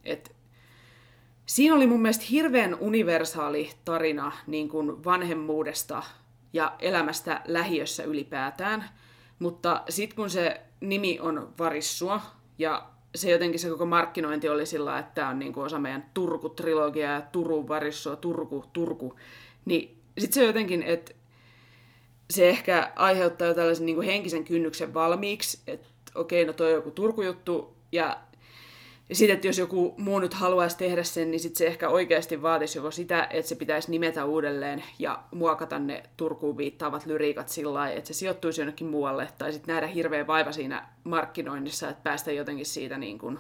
Siinä oli mun mielestä hirveän universaali tarina niin kuin vanhemmuudesta ja elämästä lähiössä ylipäätään, mutta sitten kun se nimi on Varissua ja se jotenkin se koko markkinointi oli sillä, että tämä on niin kuin osa meidän Turku-trilogiaa ja Turun Varissua, Turku, niin sitten se jotenkin, että se ehkä aiheuttaa jo tällaisen niin kuin henkisen kynnyksen valmiiksi, että okei, no toi on joku Turku-juttu, ja sitten, että jos joku muu nyt haluaisi tehdä sen, niin sitten se ehkä oikeasti vaatisi joko sitä, että se pitäisi nimetä uudelleen ja muokata ne Turkuun viittaavat lyriikat sillä lailla, että se sijoittuisi jonnekin muualle, tai sitten nähdä hirveä vaiva siinä markkinoinnissa, että päästä jotenkin siitä niin kuin,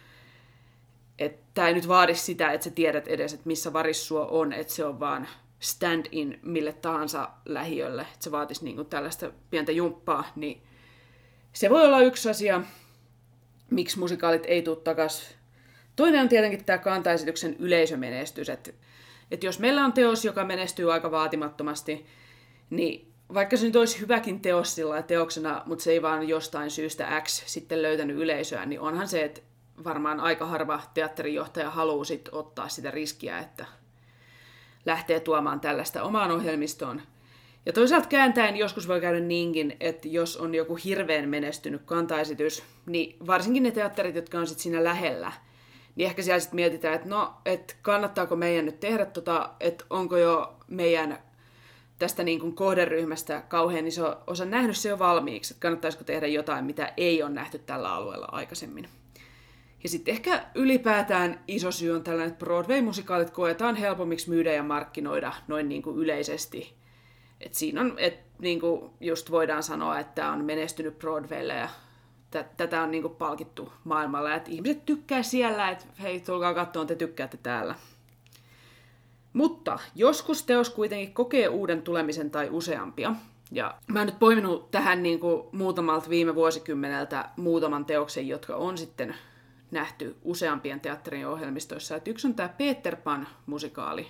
että tämä ei nyt vaadi sitä, että sä tiedät edes, että missä Varissua on, että se on vaan stand-in mille tahansa lähiölle, että se vaatisi niin kuin tällaista pientä jumppaa, niin se voi olla yksi asia, miksi musikaalit ei tule takaisin. Toinen on tietenkin tämä kantaesityksen yleisömenestys, että jos meillä on teos, joka menestyy aika vaatimattomasti, niin vaikka se nyt olisi hyväkin teos sillä teoksena, mutta se ei vaan jostain syystä X sitten löytänyt yleisöä, niin onhan se, että varmaan aika harva teatterijohtaja haluaa sitten ottaa sitä riskiä, että lähtee tuomaan tällaista omaan ohjelmistoon. Ja toisaalta kääntäen joskus voi käydä niinkin, että jos on joku hirveän menestynyt kantaesitys, niin varsinkin ne teatterit, jotka on sitten siinä lähellä, niin ehkä siellä sitten mietitään, että no, että kannattaako meidän nyt tehdä että onko jo meidän tästä niin kuin kohderyhmästä kauhean iso osa nähnyt se jo valmiiksi, että kannattaisiko tehdä jotain, mitä ei ole nähty tällä alueella aikaisemmin. Ja sitten ehkä ylipäätään iso syy on tällainen, että Broadway-musikaalit koetaan helpommiksi myydä ja markkinoida noin niin kuin yleisesti. Et siinä on, niin kuin just voidaan sanoa, että tämä on menestynyt Broadwaylle ja tätä on niin kuin palkittu maailmalla. Et ihmiset tykkää siellä, että hei, tulkaa katsomaan, te tykkäätte täällä. Mutta joskus teos kuitenkin kokee uuden tulemisen tai useampia. Ja mä oon nyt poiminut tähän niin kuin muutamalta viime vuosikymmeneltä muutaman teoksen, jotka on sitten nähty useampien teatterien ohjelmistoissa. Et yksi on tämä Peter Pan-musikaali.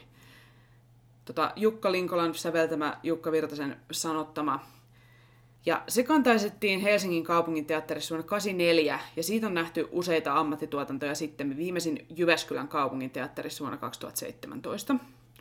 Jukka Linkolan säveltämä, Jukka Virtasen sanottama. Ja se kantaisettiin Helsingin kaupunginteatterissa vuonna 1984, ja siitä on nähty useita ammattituotantoja sitten, viimeisin Jyväskylän kaupunginteatterissa vuonna 2017.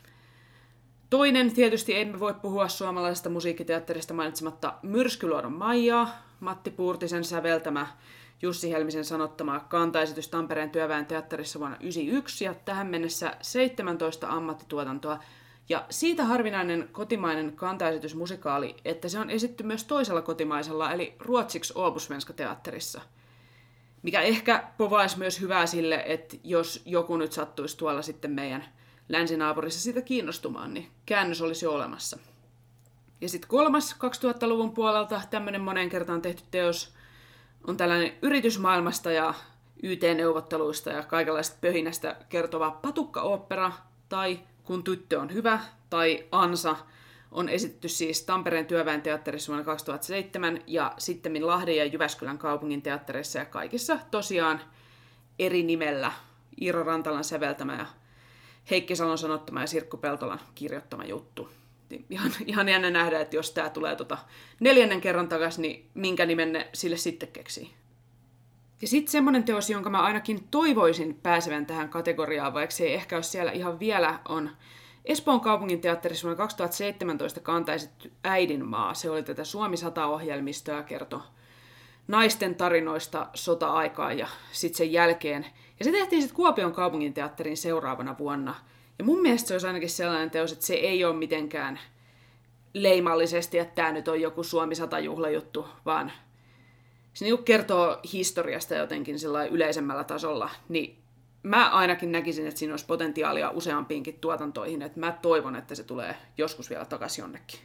Toinen, tietysti emme voi puhua suomalaisesta musiikkiteatterista mainitsematta Myrskyluodon Maijaa, Matti Puurtisen säveltämä, Jussi Helmisen sanottama kantaesitys Tampereen työväen teatterissa vuonna 1991, ja tähän mennessä 17 ammattituotantoa, ja siitä harvinainen kotimainen kantaesitysmusikaali, että se on esitty myös toisella kotimaisella, eli ruotsiksi Åbosvenska teatterissa. Mikä ehkä povaisi myös hyvää sille, että jos joku nyt sattuisi tuolla sitten meidän länsinaapurissa sitä kiinnostumaan, niin käännös olisi jo olemassa. Ja sitten kolmas 2000-luvun puolelta tämmöinen moneen kertaan tehty teos on tällainen yritysmaailmasta ja YT-neuvotteluista ja kaikenlaista pöhinästä kertova patukkaooppera, tai Kun tyttö on hyvä, tai Ansa, on esitetty siis Tampereen työväen teatterissa vuonna 2007 ja sittemmin Lahden ja Jyväskylän kaupungin teatterissa ja kaikissa tosiaan eri nimellä Iiro Rantalan säveltämä ja Heikki Salon sanottama ja Sirkku Peltolan kirjoittama juttu. Ihan jännä nähdä, että jos tämä tulee 4. kerran takaisin, niin minkä nimen ne sille sitten keksii. Ja sitten semmoinen teos, jonka mä ainakin toivoisin pääsevän tähän kategoriaan, vaikka se ei ehkä ole siellä ihan vielä, on Espoon kaupunginteatterissa vuonna 2017 kantaesitty Äidinmaa. Se oli tätä Suomi 100-ohjelmistoa, kertoi naisten tarinoista sota-aikaan ja sitten sen jälkeen. Ja se tehtiin sitten Kuopion kaupunginteatterin seuraavana vuonna. Ja mun mielestä se olisi ainakin sellainen teos, että se ei ole mitenkään leimallisesti, että tämä nyt on joku Suomi 100-juhlajuttu, vaan se niinku kertoo historiasta jotenkin yleisemmällä tasolla. Niin mä ainakin näkisin, että siinä olisi potentiaalia useampiinkin tuotantoihin, että mä toivon, että se tulee joskus vielä takaisin jonnekin.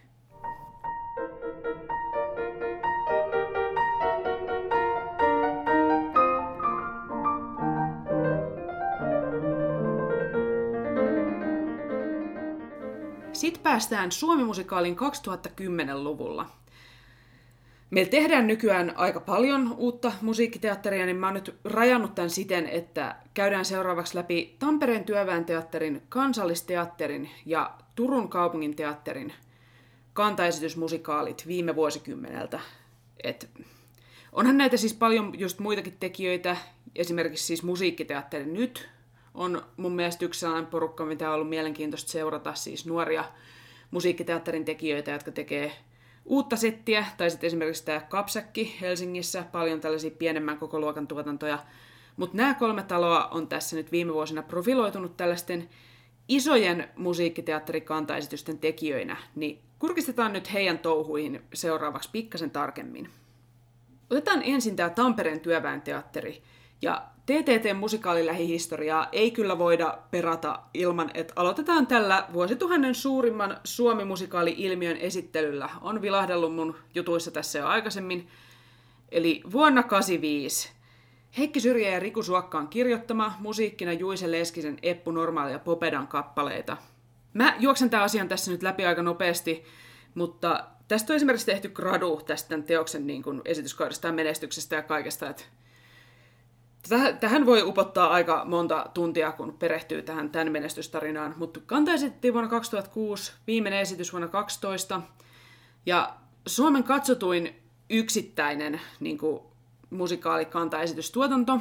Sitten päästään Suomi-musikaalin 2010-luvulla. Meillä tehdään nykyään aika paljon uutta musiikkiteatteria, niin mä oon nyt rajannut tämän siten, että käydään seuraavaksi läpi Tampereen Työväen Teatterin, Kansallisteatterin ja Turun kaupunginteatterin kantaesitysmusikaalit viime vuosikymmeneltä. Onhan näitä siis paljon just muitakin tekijöitä, esimerkiksi siis Musiikkiteatteri nyt on mun mielestä yksi sellainen porukka, mitä on ollut mielenkiintoista seurata, siis nuoria musiikkiteatterin tekijöitä, jotka tekee uutta settiä, tai sitten esimerkiksi tämä Kapsäkki Helsingissä, paljon tällaisia pienemmän kokoluokan tuotantoja. Mutta nämä 3 taloa on tässä nyt viime vuosina profiloitunut tällaisten isojen musiikkiteatterikantaesitysten tekijöinä, niin kurkistetaan nyt heidän touhuihin seuraavaksi pikkasen tarkemmin. Otetaan ensin tämä Tampereen Työväen Teatteri, ja TTT:n musikaalilähihistoriaa ei kyllä voida perata ilman, että aloitetaan tällä vuosituhannen suurimman Suomi-musikaali-ilmiön esittelyllä. On vilahdellut mun jutuissa tässä jo aikaisemmin. Eli vuonna 1985 Heikki Syrjä ja Riku Suokkaan kirjoittama, musiikkina Juise Leskisen, Eppu Normaali ja Popedan kappaleita. Mä juoksen tämän asian tässä nyt läpi aika nopeasti, mutta tästä on esimerkiksi tehty gradu tästä tämän teoksen niin kuin esityskaudesta ja menestyksestä ja kaikesta, että tähän voi upottaa aika monta tuntia, kun perehtyy tämän menestystarinaan, mutta kanta esitettiin vuonna 2006, viimeinen esitys vuonna 2012, ja Suomen katsotuin yksittäinen niin kuin musikaalikantaesitystuotanto,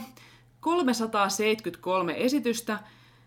373 esitystä,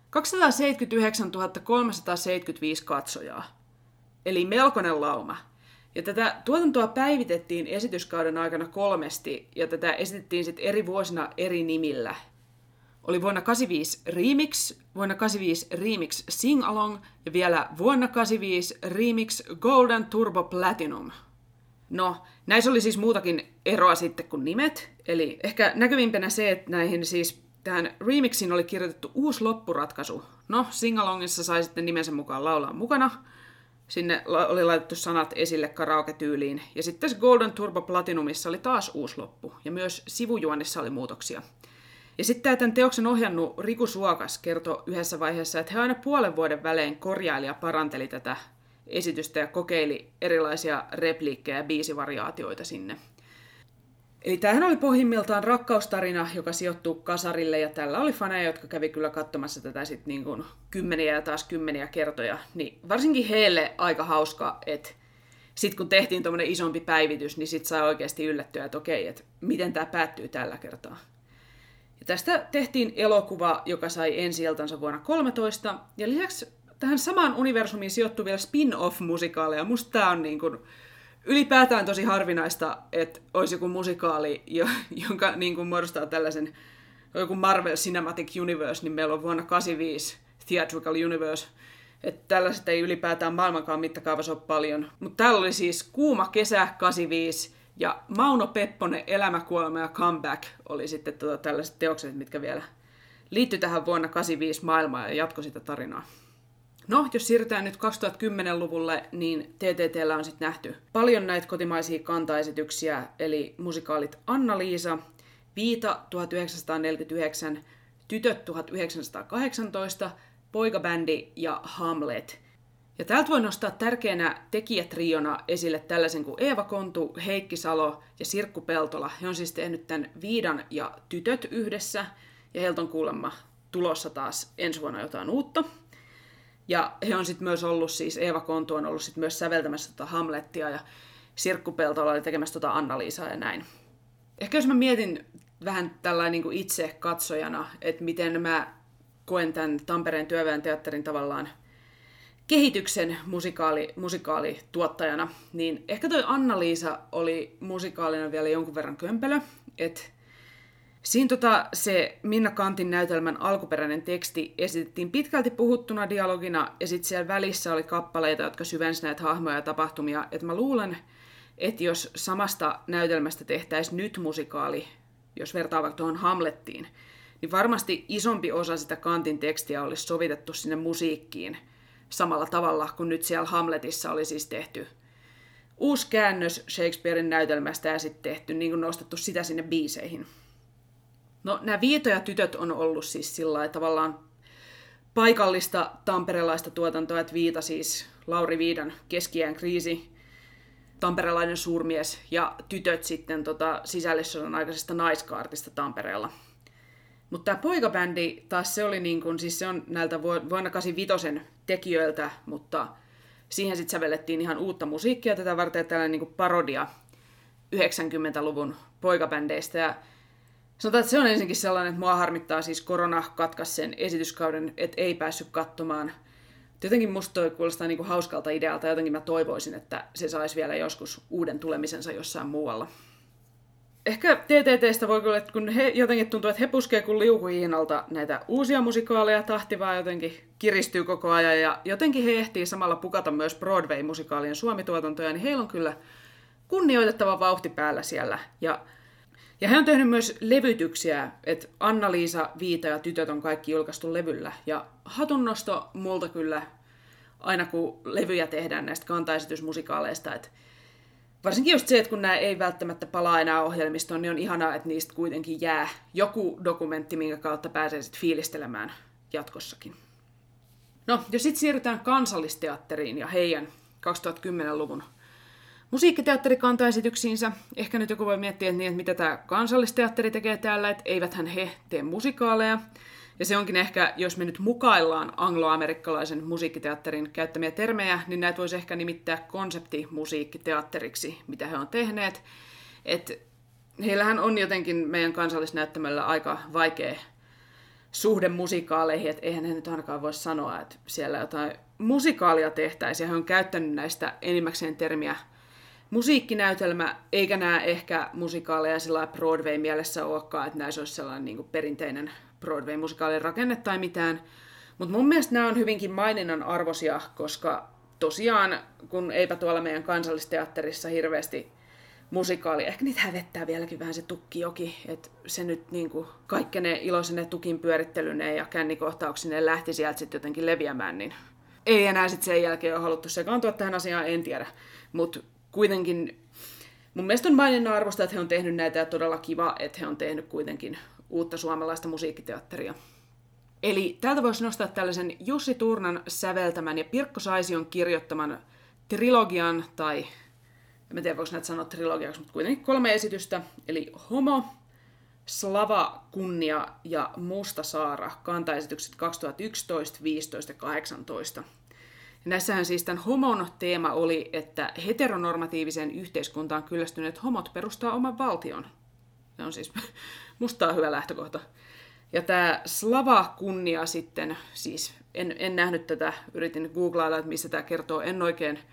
279 375 katsojaa, eli melkoinen lauma. Ja tätä tuotantoa päivitettiin esityskauden aikana 3, ja tätä esitettiin sitten eri vuosina eri nimillä. Oli vuonna 1985 Remix, vuonna 1985 Remix Sing Along ja vielä vuonna 1985 Remix Golden Turbo Platinum. No, näissä oli siis muutakin eroa sitten kuin nimet, eli ehkä näkyvimpänä se, että tähän remixin oli kirjoitettu uusi loppuratkaisu. No, Sing Alongissa sai sitten nimensä mukaan laulaa mukana. Sinne oli laitettu sanat esille karaoke-tyyliin. Ja sitten tässä Golden Turbo Platinumissa oli taas uusi loppu. Ja myös sivujuonissa oli muutoksia. Ja sitten tämän teoksen ohjannut Riku Suokas kertoi yhdessä vaiheessa, että he aina puolen vuoden välein korjaili ja paranteli tätä esitystä ja kokeili erilaisia repliikkejä ja biisivariaatioita sinne. Eli tämähän oli pohjimmiltaan rakkaustarina, joka sijoittuu kasarille, ja tällä oli faneja, jotka kävi kyllä katsomassa tätä sitten niin kuin kymmeniä ja taas kymmeniä kertoja. Niin varsinkin heille aika hauska, että sitten kun tehtiin tuommoinen isompi päivitys, niin sitten sai oikeasti yllättyä, että okei, että miten tämä päättyy tällä kertaa. Ja tästä tehtiin elokuva, joka sai ensi-iltansa vuonna 2013, ja lisäksi tähän samaan universumiin sijoittui vielä spin-off-musikaaleja. Musta tämä on niin kuin ylipäätään tosi harvinaista, että olisi joku musikaali, jonka niin kuin muodostaa tällaisen joku Marvel Cinematic Universe, niin meillä on vuonna 1985 Theatrical Universe. Että tällaiset ei ylipäätään maailmankaan mittakaavassa ole paljon. Mutta täällä oli siis Kuuma kesä 1985 ja Mauno Pepponen Elämä, kuolema ja comeback oli sitten tällaiset teokset, mitkä vielä liittyi tähän vuonna 1985 maailmaan ja jatkoi sitä tarinaa. No, jos siirrytään nyt 2010-luvulle, niin TTT:llä on sitten nähty paljon näitä kotimaisia kantaesityksiä, eli musikaalit Anna-Liisa, Viita 1949, Tytöt 1918, Poikabändi ja Hamlet. Ja täältä voi nostaa tärkeänä tekijätriona esille tällaisen kuin Eeva Kontu, Heikki Salo ja Sirkku Peltola. He on siis tehnyt tämän Viidan ja Tytöt yhdessä, ja heiltä on kuulemma tulossa taas ensi vuonna jotain uutta. Ja he on sitten myös ollut, siis Eeva Kontu on ollut sitten myös säveltämässä Hamlettia ja Sirkku Peltola oli tekemässä Anna-Liisaa ja näin. Ehkä jos mä mietin vähän tällainen niin kuin itse katsojana, että miten mä koen tämän Tampereen Työväen Teatterin tavallaan kehityksen musikaalituottajana, niin ehkä toi Anna-Liisa oli musikaalina vielä jonkun verran kömpelö, että siinä se Minna Canthin näytelmän alkuperäinen teksti esitettiin pitkälti puhuttuna dialogina, ja sitten siellä välissä oli kappaleita, jotka syvensivät näitä hahmoja ja tapahtumia. Et mä luulen, että jos samasta näytelmästä tehtäisiin nyt musikaali, jos vertaa vaikka tuohon Hamlettiin, niin varmasti isompi osa sitä Canthin tekstiä olisi sovitettu sinne musiikkiin samalla tavalla kuin nyt siellä Hamletissa oli siis tehty uusi käännös Shakespearein näytelmästä ja sitten tehty, niin kuin nostettu sitä sinne biiseihin. No, nämä Viito ja tytöt on ollut siis sillä tavallaan paikallista tamperelaista tuotantoa, että Viita siis Lauri Viidan keski-iän kriisi, tamperelainen suurmies, ja tytöt sitten sisällissodan aikaisesta naiskaartista Tampereella. Mutta tämä poikabändi taas se oli niin kuin, siis se on näiltä vuonna 85 tekijöiltä, mutta siihen sitten sävellettiin ihan uutta musiikkia tätä varten, tällainen niin kuin parodia 90-luvun poikabändeistä. Ja sanotaan, että se on ensinnäkin sellainen, että mua harmittaa siis korona katkaisi sen esityskauden, että ei päässyt katsomaan. Jotenkin musta toi kuulostaa niin kuin hauskalta idealta, jotenkin mä toivoisin, että se saisi vielä joskus uuden tulemisensa jossain muualla. Ehkä TTT:stä voi kyllä, että kun he jotenkin tuntuu, että he puskee kuin liukuhiinalta näitä uusia musikaaleja, tahti vaan jotenkin kiristyy koko ajan, ja jotenkin he ehtii samalla pukata myös Broadway-musikaalien suomituotantoja, niin heillä on kyllä kunnioitettava vauhti päällä siellä. Ja he on tehnyt myös levytyksiä, että Anna-Liisa, Viita ja tytöt on kaikki julkaistu levyllä. Ja hatunnosto multa kyllä aina kun levyjä tehdään näistä kantaesitysmusikaaleista, että varsinkin just se, että kun nämä ei välttämättä palaa enää ohjelmistoon, niin on ihanaa, että niistä kuitenkin jää joku dokumentti, minkä kautta pääsee sitten fiilistelemään jatkossakin. No, jos sitten siirrytään Kansallisteatteriin ja heidän 2010-luvun musiikkiteatterikantaesityksiinsä. Ehkä nyt joku voi miettiä, että mitä tämä Kansallisteatteri tekee täällä, että eiväthän he tee musikaaleja. Ja se onkin ehkä, jos me nyt mukaillaan angloamerikkalaisen musiikkiteatterin käyttämiä termejä, niin näitä voisi ehkä nimittää konseptimusiikkiteatteriksi, mitä he on tehneet. Et heillähän on jotenkin meidän kansallisnäyttämöllä aika vaikea suhde musikaaleihin, että eihän he nyt ainakaan voi sanoa, että siellä jotain musikaalia tehtäisiin. He on käyttänyt näistä enimmäkseen termiä musiikkinäytelmä, eikä nämä ehkä musikaaleja sillä Broadway-mielessä olekaan, että näissä olisi sellainen niin kuin perinteinen Broadway-musikaalin rakenne tai mitään. Mutta mun mielestä nämä on hyvinkin maininnan arvoisia, koska tosiaan, kun eipä tuolla meidän Kansallisteatterissa hirveästi musikaali, ehkä niitä hävettää vieläkin vähän se Tukkijoki, että se nyt niin kuin kaikkene iloisene tukin pyörittelyneen ja kännikohtauksineen lähti sieltä sitten jotenkin leviämään, niin ei enää sitten sen jälkeen ole haluttu sekaantua tähän asiaan, en tiedä. Mutta kuitenkin mun mielestä on maininnan arvosta, että he on tehnyt näitä ja todella kiva, että he on tehnyt kuitenkin uutta suomalaista musiikkiteatteria. Eli täältä voisi nostaa tällaisen Jussi Tuurnan säveltämän ja Pirkko Saision kirjoittaman trilogian, tai en tiedä voiko näitä sanoa trilogiaksi, mutta kuitenkin 3 esitystä, eli Homo, Slava, Kunnia ja Musta Saara, kantaesitykset 2011, 15 ja 18. Ja näissähän siis tämän homon teema oli, että heteronormatiiviseen yhteiskuntaan kyllästyneet homot perustaa oman valtion. Se on siis musta hyvä lähtökohta. Ja tämä Slava Kunnia sitten, siis en nähnyt tätä, yritin googlailla, että mistä tämä kertoo, en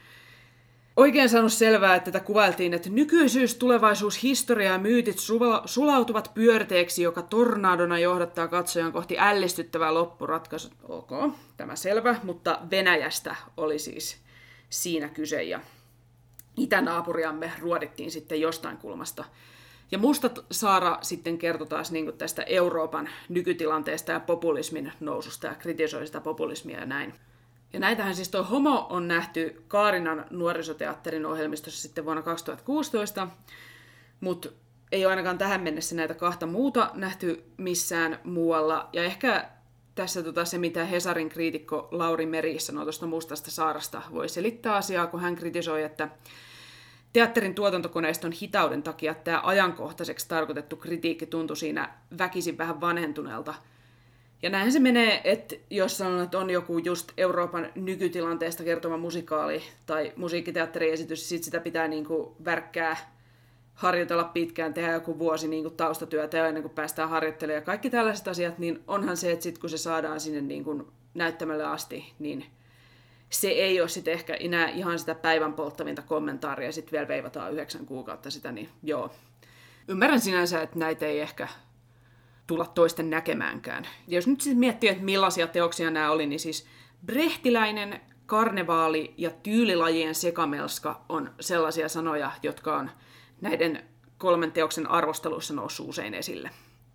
oikein saanut selvää, että tätä kuvailtiin, että nykyisyys, tulevaisuus, historia ja myytit sulautuvat pyörteeksi, joka tornadona johdattaa katsojan kohti ällistyttävää loppuratkaisua. Ok, tämä selvä, mutta Venäjästä oli siis siinä kyse ja itänaapuriamme ruodittiin sitten jostain kulmasta. Ja Musta Saara sitten kertoi taas niin kuin tästä Euroopan nykytilanteesta ja populismin noususta ja kritisoi sitä populismia ja näin. Ja näitähän siis tuo Homo on nähty Kaarinan nuorisoteatterin ohjelmistossa sitten vuonna 2016, mutta ei ole ainakaan tähän mennessä näitä 2 muuta nähty missään muualla. Ja ehkä tässä se, mitä Hesarin kriitikko Lauri Meri sanoi tuosta Mustasta Saarasta, voi selittää asiaa, kun hän kritisoi, että teatterin tuotantokoneiston hitauden takia tämä ajankohtaiseksi tarkoitettu kritiikki tuntui siinä väkisin vähän vanhentuneelta. Ja näinhän se menee, että jos sanon, että on joku just Euroopan nykytilanteesta kertoma musikaali tai musiikkiteatteriesitys, sit sitä pitää niinku värkkää, harjoitella pitkään, tehdä joku vuosi niinku taustatyötä ja ennen kuin päästään harjoittelemaan ja kaikki tällaiset asiat, niin onhan se, että sit kun se saadaan sinne niinku näyttämölle asti, niin se ei ole sitten ehkä enää ihan sitä päivän polttavinta kommentaaria, sitten vielä veivataan 9 kuukautta sitä, niin joo. Ymmärrän sinänsä, että näitä ei ehkä tulla toisten näkemäänkään. Ja jos nyt sitten miettii, että millaisia teoksia nämä oli, niin siis brehtiläinen, karnevaali ja tyylilajien sekamelska on sellaisia sanoja, jotka on näiden 3 teoksen arvosteluissa noussut usein esille.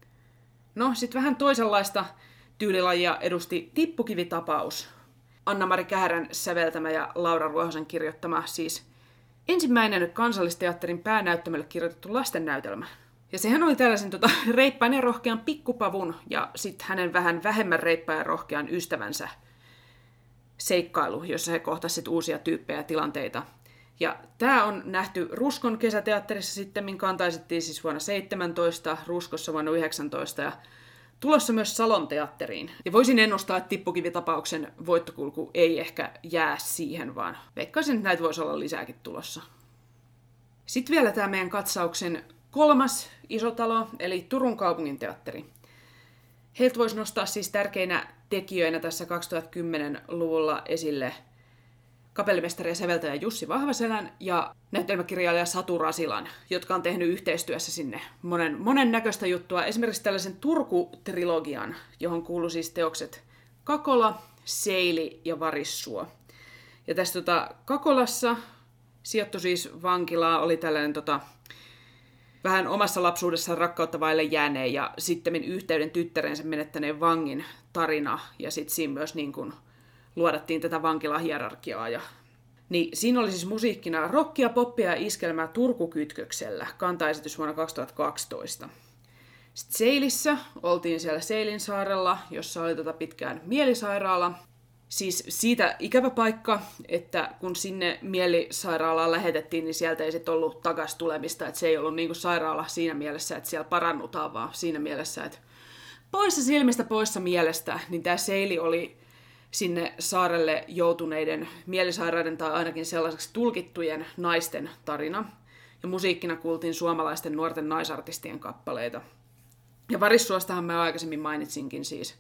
No, sitten vähän toisenlaista tyylilajia edusti Tippukivitapaus. Anna-Mari Kähärän säveltämä ja Laura Ruohosen kirjoittama, siis ensimmäinen Kansallisteatterin päänäyttämölle kirjoitettu lastennäytelmä. Ja sehän oli tällaisen reippaan ja rohkean pikkupavun ja sitten hänen vähän vähemmän reippaan ja rohkean ystävänsä seikkailu, jossa he kohtasivat uusia tyyppejä ja tilanteita. Ja tämä on nähty Ruskon kesäteatterissa sitten, kantaisettiin siis vuonna 17, Ruskossa vuonna 19 ja tulossa myös Salon teatteriin. Ja voisin ennustaa, että Tippukivitapauksen voittokulku ei ehkä jää siihen, vaan veikkaisin, että näitä voisi olla lisääkin tulossa. Sitten vielä tämä meidän katsauksen 3. iso talo, eli Turun kaupunginteatteri. Heiltä voisi nostaa siis tärkeinä tekijöinä tässä 2010-luvulla esille kapellimestari ja säveltäjä Jussi Vahvaselän ja näytelmäkirjailija Satu Rasilan, jotka on tehnyt yhteistyössä sinne monen näköistä juttua. Esimerkiksi tällaisen Turku-trilogian, johon kuuluu siis teokset Kakola, Seili ja Varissuo. Ja tässä Kakolassa sijoittui siis vankilaa, oli tällainen vähän omassa lapsuudessaan rakkautta vaille jääneen ja sittemmin yhteyden tyttärensä menettäneen vangin tarina. Ja sitten siinä myös niin kuin luodattiin tätä vankilahierarkiaa. Niin siinä oli siis musiikkina rockia, poppia ja iskelmää Turku-kytköksellä, kantaesitys vuonna 2012. Sitten Seilissä oltiin siellä Seilinsaarella, jossa oli pitkään mielisairaala. Siis siitä ikävä paikka, että kun sinne mielisairaalaan lähetettiin, niin sieltä ei sitten ollut takas tulemista. Että se ei ollut niinku sairaala siinä mielessä, että siellä parannutaan, vaan siinä mielessä, että poissa silmistä, poissa mielestä, niin tämä Seili oli sinne saarelle joutuneiden mielisairaiden tai ainakin sellaiseksi tulkittujen naisten tarina. Ja musiikkina kuultiin suomalaisten nuorten naisartistien kappaleita. Ja Varissuostahan mä aikaisemmin mainitsinkin siis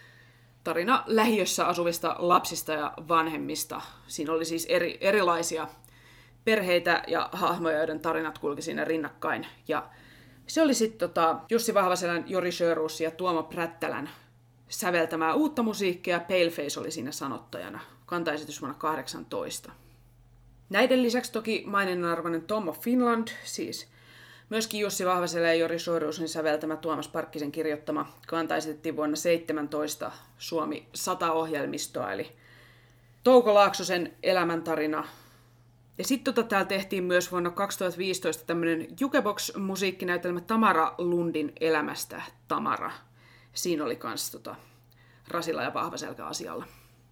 tarina lähiössä asuvista lapsista ja vanhemmista. Siinä oli siis erilaisia perheitä ja hahmoja, joiden tarinat kulki siinä rinnakkain. Ja se oli sitten Jussi Vahvaselän, Jori Sjöroos ja Tuomo Prättälän säveltämää uutta musiikkia. Paleface oli siinä sanottajana. Kantaesitys vuonna 2018. Näiden lisäksi toki maininnanarvoinen Tom of Finland, siis myöskin Jussi Vahvasellä ja Jori Sjöroosin säveltämä Tuomas Parkkisen kirjoittama, kantaesitettiin vuonna 2017 Suomi 100-ohjelmistoa, eli Touko Laaksosen elämäntarina. Ja sitten täällä tehtiin myös vuonna 2015 tämmöinen Jukebox-musiikkinäytelmä Tamara Lundin elämästä Tamara. Siinä oli kans Rasila ja Vahvaselkä asialla.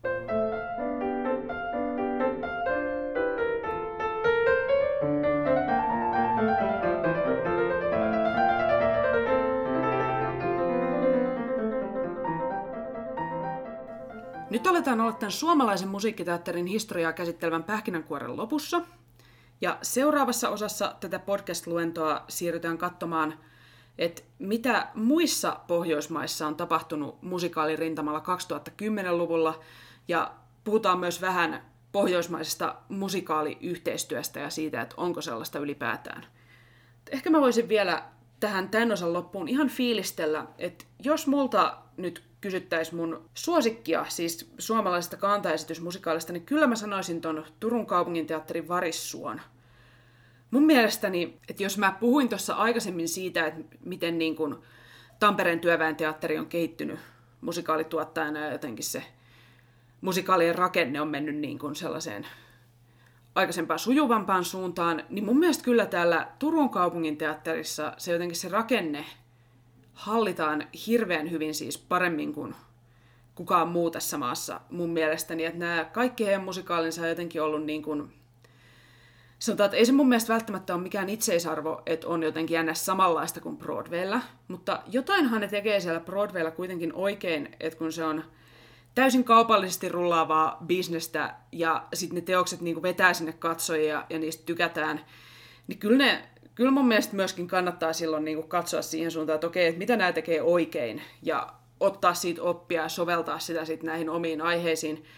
Nyt aletaan olla tämän suomalaisen musiikkiteatterin historiaa käsittelevän pähkinänkuoren lopussa. Ja seuraavassa osassa tätä podcast-luentoa siirrytään katsomaan, että mitä muissa Pohjoismaissa on tapahtunut musikaalirintamalla 2010-luvulla. Ja puhutaan myös vähän pohjoismaisesta musikaaliyhteistyöstä ja siitä, että onko sellaista ylipäätään. Ehkä mä voisin vielä tämän osan loppuun ihan fiilistellä, että jos multa nyt kysyttäisiin mun suosikkia, siis suomalaisesta kantaesitysmusikaalista, niin kyllä mä sanoisin ton Turun kaupunginteatterin Varissuon. Mun mielestäni, että jos mä puhuin tuossa aikaisemmin siitä, että miten niin kun Tampereen työväen teatteri on kehittynyt musikaalituottajana ja jotenkin se musikaalien rakenne on mennyt niin kun sellaiseen aikaisempaan sujuvampaan suuntaan, niin mun mielestä kyllä täällä Turun kaupunginteatterissa se jotenkin se rakenne hallitaan hirveän hyvin, siis paremmin kuin kukaan muu tässä maassa mun mielestäni, että nämä kaikki heidän musikaalinsa on jotenkin ollut niin kuin, sanotaan, että ei se mun mielestä välttämättä ole mikään itseisarvo, että on jotenkin jännäs samanlaista kuin Broadwaylla, mutta jotainhan ne tekee siellä Broadwaylla kuitenkin oikein, että kun se on täysin kaupallisesti rullaavaa bisnestä ja sitten ne teokset niin kuin vetää sinne katsojia ja niistä tykätään, niin kyllä mun mielestä myöskin kannattaa silloin niin kuin katsoa siihen suuntaan, että okei, että mitä nämä tekee oikein ja ottaa siitä oppia ja soveltaa sitä sitten näihin omiin aiheisiin.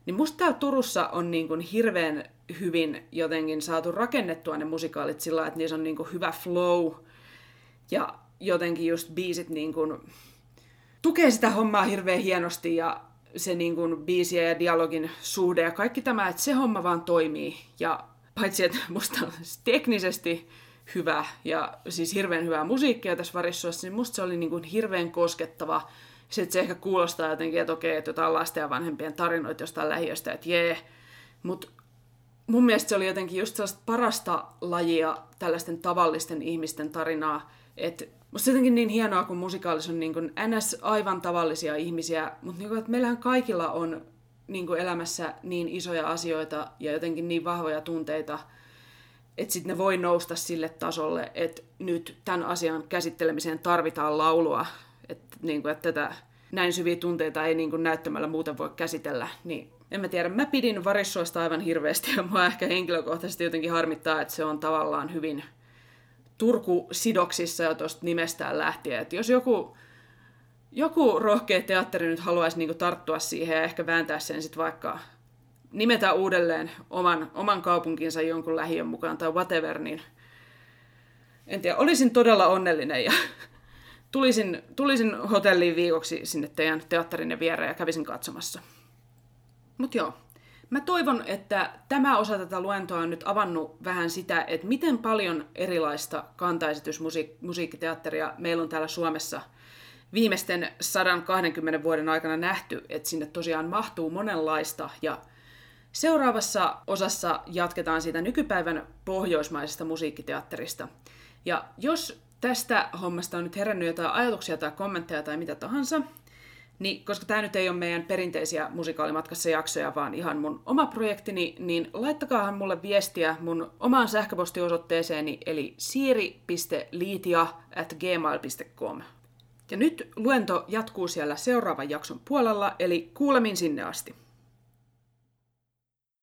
Niin musta täällä Turussa on niin kuin hirveän hyvin jotenkin saatu rakennettua ne musikaalit sillä lailla, että niissä on niin kuin hyvä flow ja jotenkin just biisit niin kuin tukee sitä hommaa hirveän hienosti ja se niin kuin biisien ja dialogin suhde ja kaikki tämä, että se homma vaan toimii. Ja paitsi, että musta on teknisesti hyvä ja siis hirveän hyvää musiikkia tässä Varissuassa, niin musta se oli niin kuin hirveän koskettava. Sitten se ehkä kuulostaa jotenkin, että okei, että jotain lasten ja vanhempien tarinoita jostain lähiöstä, että jee. Mutta mun mielestä se oli jotenkin just sellaista parasta lajia tällaisten tavallisten ihmisten tarinaa. Että musta jotenkin niin hienoa, kun musikaalissa on niin kuin ns. Aivan tavallisia ihmisiä, mutta niin kuin, että meillähän kaikilla on niin kuin elämässä niin isoja asioita ja jotenkin niin vahvoja tunteita, että sitten ne voi nousta sille tasolle, että nyt tämän asian käsittelemiseen tarvitaan laulua. Että niin kuin, että tätä näin syviä tunteita ei niin kuin näyttämällä muuten voi käsitellä. Niin en mä tiedä, mä pidin Varissuasta aivan hirveästi ja mua ehkä henkilökohtaisesti jotenkin harmittaa, että se on tavallaan hyvin Turku-sidoksissa jo tuosta nimestään lähtien. Että jos joku rohkea teatteri nyt haluaisi niin kuin tarttua siihen ja ehkä vääntää sen sitten vaikka nimetä uudelleen oman kaupunkinsa jonkun lähiön mukaan tai whatever, niin en tiedä, olisin todella onnellinen ja tulisin hotelliin viikoksi sinne teidän teatterinne viereen ja kävisin katsomassa. Mut joo, mä toivon, että tämä osa tätä luentoa on nyt avannut vähän sitä, että miten paljon erilaista kantaesitysmusiikkiteatteria meillä on täällä Suomessa viimeisten 120 vuoden aikana nähty, että sinne tosiaan mahtuu monenlaista ja seuraavassa osassa jatketaan siitä nykypäivän pohjoismaisesta musiikkiteatterista. Ja jos tästä hommasta on nyt herännyt jotain ajatuksia tai kommentteja tai mitä tahansa, niin koska tämä nyt ei ole meidän perinteisiä musikaalimatkassa jaksoja, vaan ihan mun oma projektini, niin laittakahan mulle viestiä mun omaan sähköpostiosoitteeseeni, eli siiri.liitia@gmail.com. Ja nyt luento jatkuu siellä seuraavan jakson puolella, eli kuulemin sinne asti.